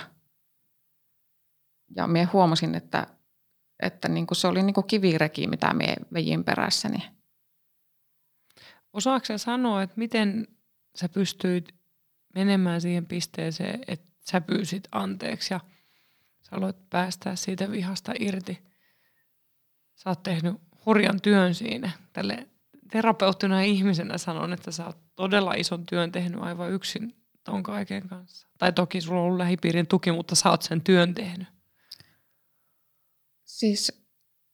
Ja mä huomasin, että, että niin kuin se oli niin kuin kivireki, mitä mä vejin perässäni. Osaatko sä sanoa, että miten sä pystyit menemään siihen pisteeseen, että sä pyysit anteeksi ja sä aloit päästää siitä vihasta irti? Sä oot tehnyt hurjan työn siinä. Tälle terapeuttina ja ihmisenä sanon, että sä oot todella ison työn tehnyt aivan yksin ton kaiken kanssa. Tai toki sulla on ollut lähipiirin tuki, mutta sä oot sen työn tehnyt. Siis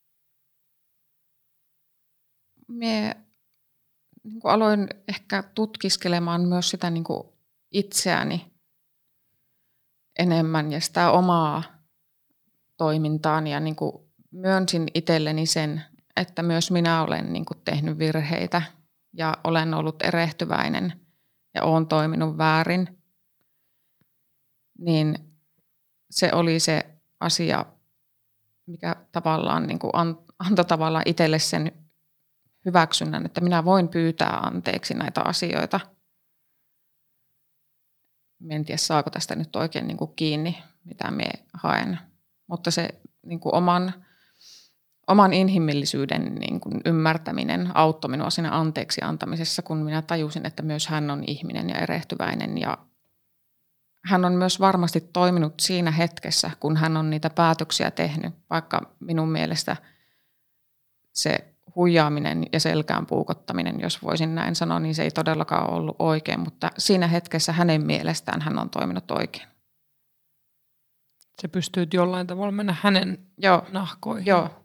mie niin kuin aloin ehkä tutkiskelemaan myös sitä niin kuin itseäni enemmän ja sitä omaa toimintaani ja niin kuin myönsin itselleni sen, että myös minä olen niin kuin tehnyt virheitä ja olen ollut erehtyväinen ja olen toiminut väärin. Niin se oli se asia, mikä tavallaan niin kuin antoi tavallaan itselle sen hyväksynnän, että minä voin pyytää anteeksi näitä asioita. En tiedä, saako tästä nyt oikein niin kuin kiinni, mitä minä haen. Mutta se niin kuin oman, oman inhimillisyyden niin kuin ymmärtäminen auttoi minua siinä anteeksi antamisessa, kun minä tajusin, että myös hän on ihminen ja erehtyväinen. Ja hän on myös varmasti toiminut siinä hetkessä, kun hän on niitä päätöksiä tehnyt, vaikka minun mielestä se huijaaminen ja selkään puukottaminen, jos voisin näin sanoa, niin se ei todellakaan ollut oikein, mutta siinä hetkessä hänen mielestään hän on toiminut oikein. Se pystyy jollain tavalla mennä hänen Joo. nahkoihin. Joo.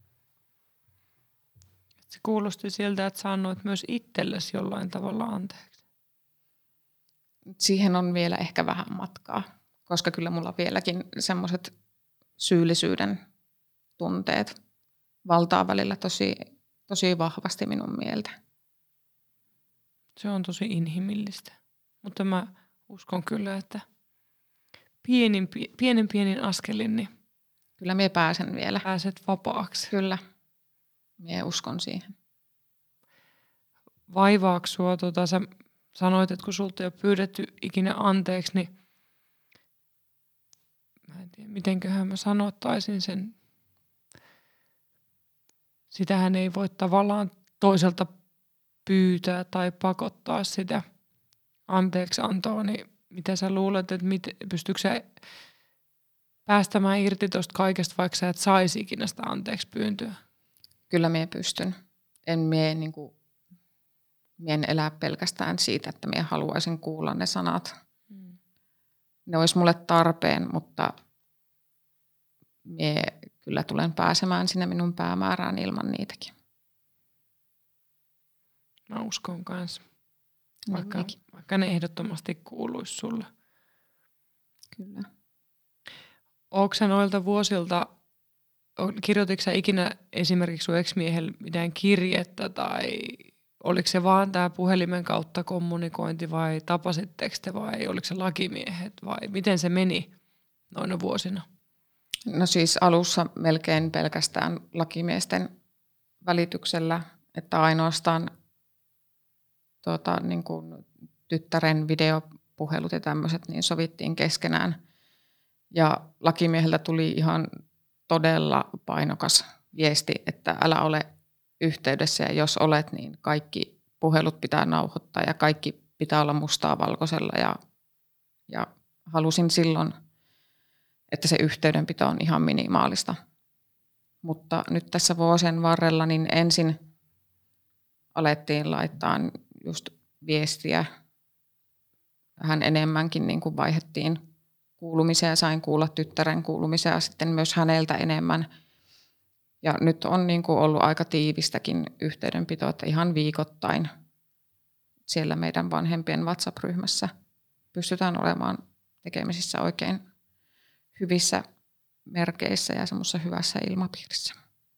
Se kuulosti siltä, että sä annoit myös itsellesi jollain tavalla anteeksi. Siihen on vielä ehkä vähän matkaa, koska kyllä mulla vieläkin semmoiset syyllisyyden tunteet valtaa välillä tosi, tosi vahvasti minun mieltä. Se on tosi inhimillistä, mutta mä uskon kyllä, että pienin, pienen pienin askelin niin kyllä minä pääsen vielä. Pääset vapaaksi. Kyllä, minä uskon siihen. Vaivaako sua, tota, sä sanoit, että kun sulta ei ole pyydetty ikinä anteeksi, niin mä en tiedä, mitenköhän mä sanottaisin sen. Sitähän ei voi tavallaan toiselta pyytää tai pakottaa sitä anteeksi antoa, niin mitä sä luulet, että mit, pystyykö sä päästämään irti tuosta kaikesta, vaikka sä et saisi ikinä sitä anteeksi pyyntöä? Kyllä minä pystyn. En mie, niin kuin, mie en elä pelkästään siitä, että minä haluaisin kuulla ne sanat. Hmm. Ne olisi mulle tarpeen, mutta mie kyllä tulen pääsemään sinne minun päämäärään ilman niitäkin. Mä uskon kanssa. Vaikka, Niin, vaikka ne ehdottomasti kuuluisi sulle. Kyllä. Ootko sä noilta vuosilta, kirjoititko sä ikinä esimerkiksi sun ex-miehelle mitään kirjettä tai oliko se vaan tämä puhelimen kautta kommunikointi vai tapasitteko te vai oliko se lakimiehet vai miten se meni noina vuosina? No siis alussa melkein pelkästään lakimiesten välityksellä, että ainoastaan tuota, niin kuin tyttären videopuhelut ja tämmöiset niin sovittiin keskenään. Ja lakimieheltä tuli ihan todella painokas viesti, että älä ole yhteydessä ja jos olet, niin kaikki puhelut pitää nauhoittaa ja kaikki pitää olla mustaa valkoisella. Ja, ja halusin silloin, että se yhteydenpito on ihan minimaalista. Mutta nyt tässä vuosien varrella niin ensin alettiin laittaa just viestiä vähän enemmänkin, niin kuin vaihdettiin kuulumisia ja sain kuulla tyttären kuulumisia ja sitten myös häneltä enemmän. Ja nyt on niin kuin ollut aika tiivistäkin yhteydenpitoa, että ihan viikoittain siellä meidän vanhempien WhatsApp-ryhmässä pystytään olemaan tekemisissä oikein hyvissä merkeissä ja semmoisessa hyvässä ilmapiirissä.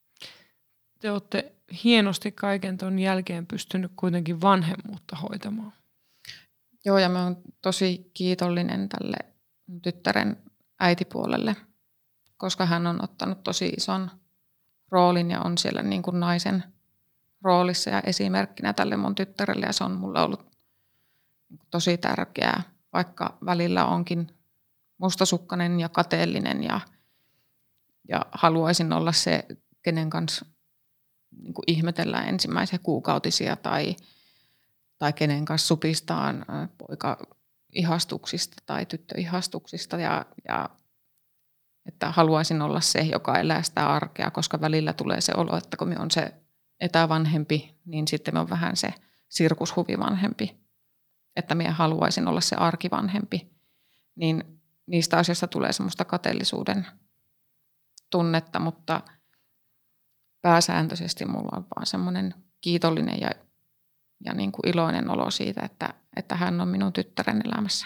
Te olette hienosti kaiken ton jälkeen pystynyt kuitenkin vanhemmuutta hoitamaan. Joo, ja mä oon tosi kiitollinen tälle tyttären äitipuolelle, koska hän on ottanut tosi ison roolin ja on siellä niin kuin naisen roolissa ja esimerkkinä tälle mun tyttärelle. Ja se on mulle ollut tosi tärkeää, vaikka välillä onkin mustasukkainen ja kateellinen ja, ja haluaisin olla se, kenen kanssa niin kuin ihmetellään ensimmäisiä kuukautisia tai, tai kenen kanssa supistaan poika-ihastuksista tai tyttöihastuksista ja, ja että haluaisin olla se, joka elää sitä arkea, koska välillä tulee se olo, että kun me on se etävanhempi, niin sitten me on vähän se sirkushuvivanhempi, että minä haluaisin olla se arkivanhempi, niin niistä asioista tulee semmoista kateellisuuden tunnetta, mutta pääsääntöisesti mulla on vaan semmoinen kiitollinen ja, ja niin kuin iloinen olo siitä, että, että hän on minun tyttären elämässä.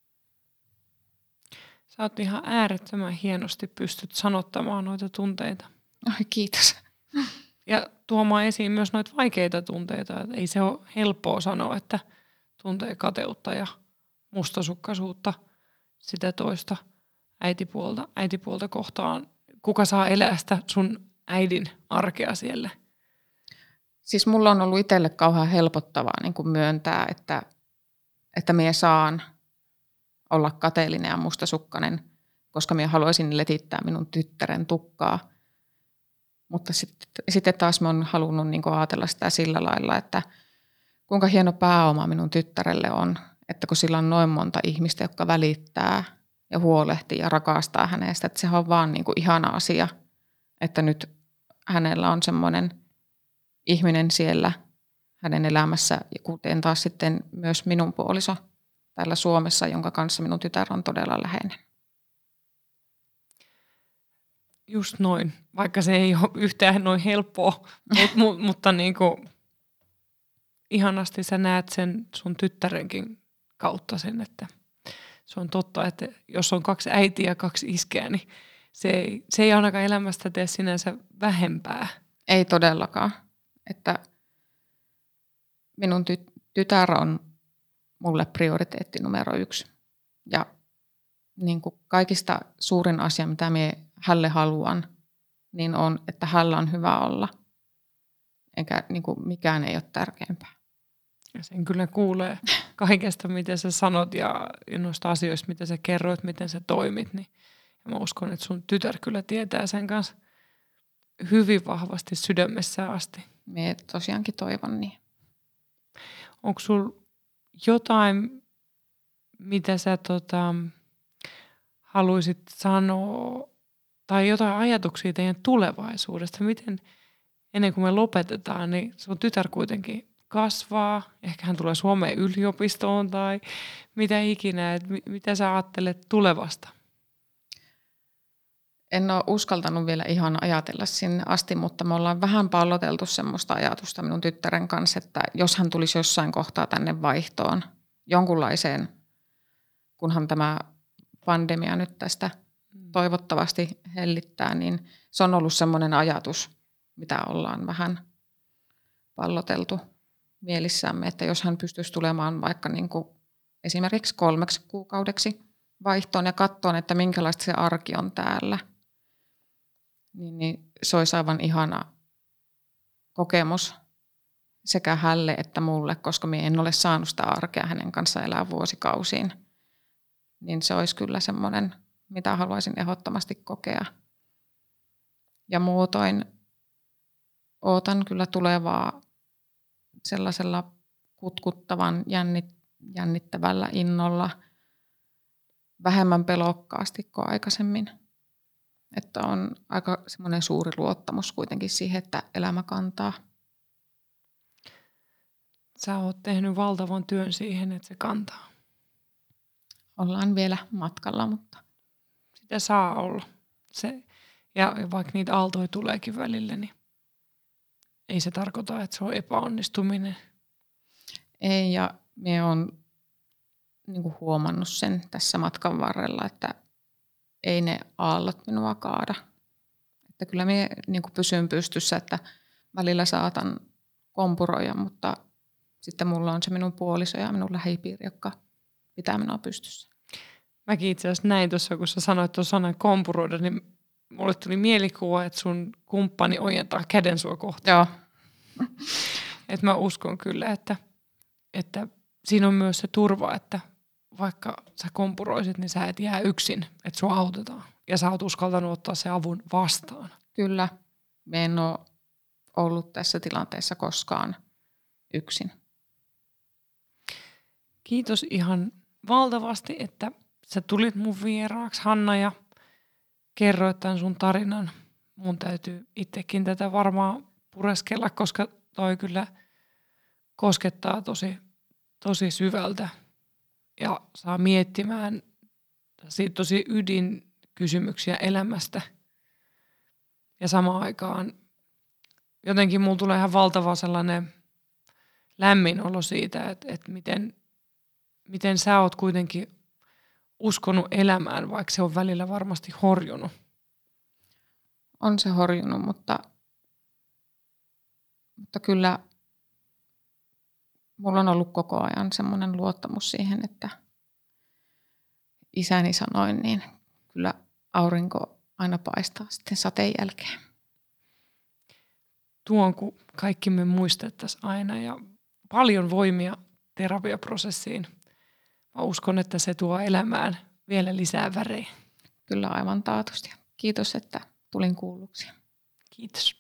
Sä oot ihan äärettömän hienosti pystyt sanottamaan noita tunteita. Ai kiitos. Ja tuomaan esiin myös noita vaikeita tunteita. Ei se ole helppoa sanoa, että tuntee kateutta ja mustasukkaisuutta sitä toista äitipuolta, äitipuolta kohtaan. Kuka saa elää sitä sun äidin arkea siellä? Siis mulla on ollut itselle kauhean helpottavaa niin kuin myöntää, että, että minä saan olla kateellinen ja mustasukkainen, koska minä haluaisin letittää minun tyttären tukkaa. Mutta sitten, sitten taas minä olen halunnut niin kuin ajatella sitä sillä lailla, että kuinka hieno pääoma minun tyttärelle on, että kun sillä on noin monta ihmistä, jotka välittää ja huolehtii ja rakastaa hänestä, että se on vaan niin kuin ihana asia, että nyt hänellä on semmoinen ihminen siellä hänen elämässä, kuten taas sitten myös minun puoliso täällä Suomessa, jonka kanssa minun tytär on todella läheinen. Just noin, vaikka se ei ole yhtään noin helppoa, mut, mu, mutta niin kuin, ihanasti sä näet sen sun tyttärenkin kautta sen, että se on totta, että jos on kaksi äitiä ja kaksi iskeä, niin se ei, se ei ainakaan elämästä tee sinänsä vähempää. Ei todellakaan. Että minun ty- tytär on mulle prioriteetti numero yksi. Ja niin kuin kaikista suurin asia, mitä minä hälle haluan, niin on, että hänellä on hyvä olla. Eikä niin kuin mikään ei ole tärkeämpää. Ja sen kyllä kuulee kaikesta, mitä sä sanot ja noista asioista, mitä sä kerroit, miten sä toimit. Niin ja mä uskon, että sun tytär kyllä tietää sen kanssa hyvin vahvasti sydämessä asti. Minä tosiaankin toivon niin. Onko sul jotain, mitä sä tota, haluaisit sanoa, tai jotain ajatuksia teidän tulevaisuudesta? Miten ennen kuin me lopetetaan, niin sun tytär kuitenkin kasvaa, ehkä hän tulee Suomeen yliopistoon tai mitä ikinä, että mitä sä ajattelet tulevasta? en ole uskaltanut vielä ihan ajatella sinne asti, mutta me ollaan vähän palloteltu semmoista ajatusta minun tyttären kanssa, että jos hän tulisi jossain kohtaa tänne vaihtoon jonkunlaiseen, kunhan tämä pandemia nyt tästä toivottavasti hellittää, niin se on ollut semmoinen ajatus, mitä ollaan vähän palloteltu mielissämme, että jos hän pystyisi tulemaan vaikka niin kuin esimerkiksi kolmeksi kuukaudeksi vaihtoon ja katsoa, että minkälaista se arki on täällä, niin, niin se olisi aivan ihana kokemus sekä hälle että mulle, koska minä en ole saanut sitä arkea hänen kanssaan elää vuosikausiin. Niin se olisi kyllä semmoinen, mitä haluaisin ehdottomasti kokea. Ja muutoin ootan kyllä tulevaa sellaisella kutkuttavan, jännittävällä innolla, vähemmän pelokkaasti kuin aikaisemmin. Että on aika semmoinen suuri luottamus kuitenkin siihen, että elämä kantaa. Sä oot tehnyt valtavan työn siihen, että se kantaa. Ollaan vielä matkalla, mutta sitä saa olla. Se, ja vaikka niitä aaltoja tuleekin välillä, niin ei se tarkoita, että se on epäonnistuminen. Ei, ja minä olen niin kuin huomannut sen tässä matkan varrella, että ei ne aallot minua kaada. Että kyllä minä niin kuin pysyn pystyssä, että välillä saatan kompuroida, mutta sitten mulla on se minun puoliso ja minun lähipiiri, joka pitää minua pystyssä. Mäkin itse asiassa näin tuossa, kun sä sanoit tuon sanan kompuroida, niin mulle tuli mielikuva, että sun kumppani ojentaa käden sua kohtaan. Joo. Että mä uskon kyllä, että, että siinä on myös se turva, että vaikka sä kompuroisit, niin sä et jää yksin, että sua autetaan. Ja sä oot uskaltanut ottaa se avun vastaan. Kyllä. Me en ole ollut tässä tilanteessa koskaan yksin. Kiitos ihan valtavasti, että sä tulit mun vieraaksi, Hanna, ja kerroit tämän sun tarinan. Mun täytyy itsekin tätä varmaan pureskella, koska toi kyllä koskettaa tosi, tosi syvältä ja saa miettimään siitä tosi ydinkysymyksiä elämästä. Ja samaan aikaan jotenkin mulla tulee ihan valtava sellainen lämmin olo siitä, että, että miten, miten sä oot kuitenkin uskonut elämään, vaikka se on välillä varmasti horjunut. On se horjunut, mutta, mutta kyllä mulla on ollut koko ajan semmoinen luottamus siihen, että isäni sanoi, niin kyllä aurinko aina paistaa sitten sateen jälkeen. Tuon, kun kaikki me muistettaisiin aina, ja paljon voimia terapiaprosessiin. Mä uskon, että se tuo elämään vielä lisää värejä. Kyllä aivan taatusti. Kiitos, että tulin kuulluksi. Kiitos.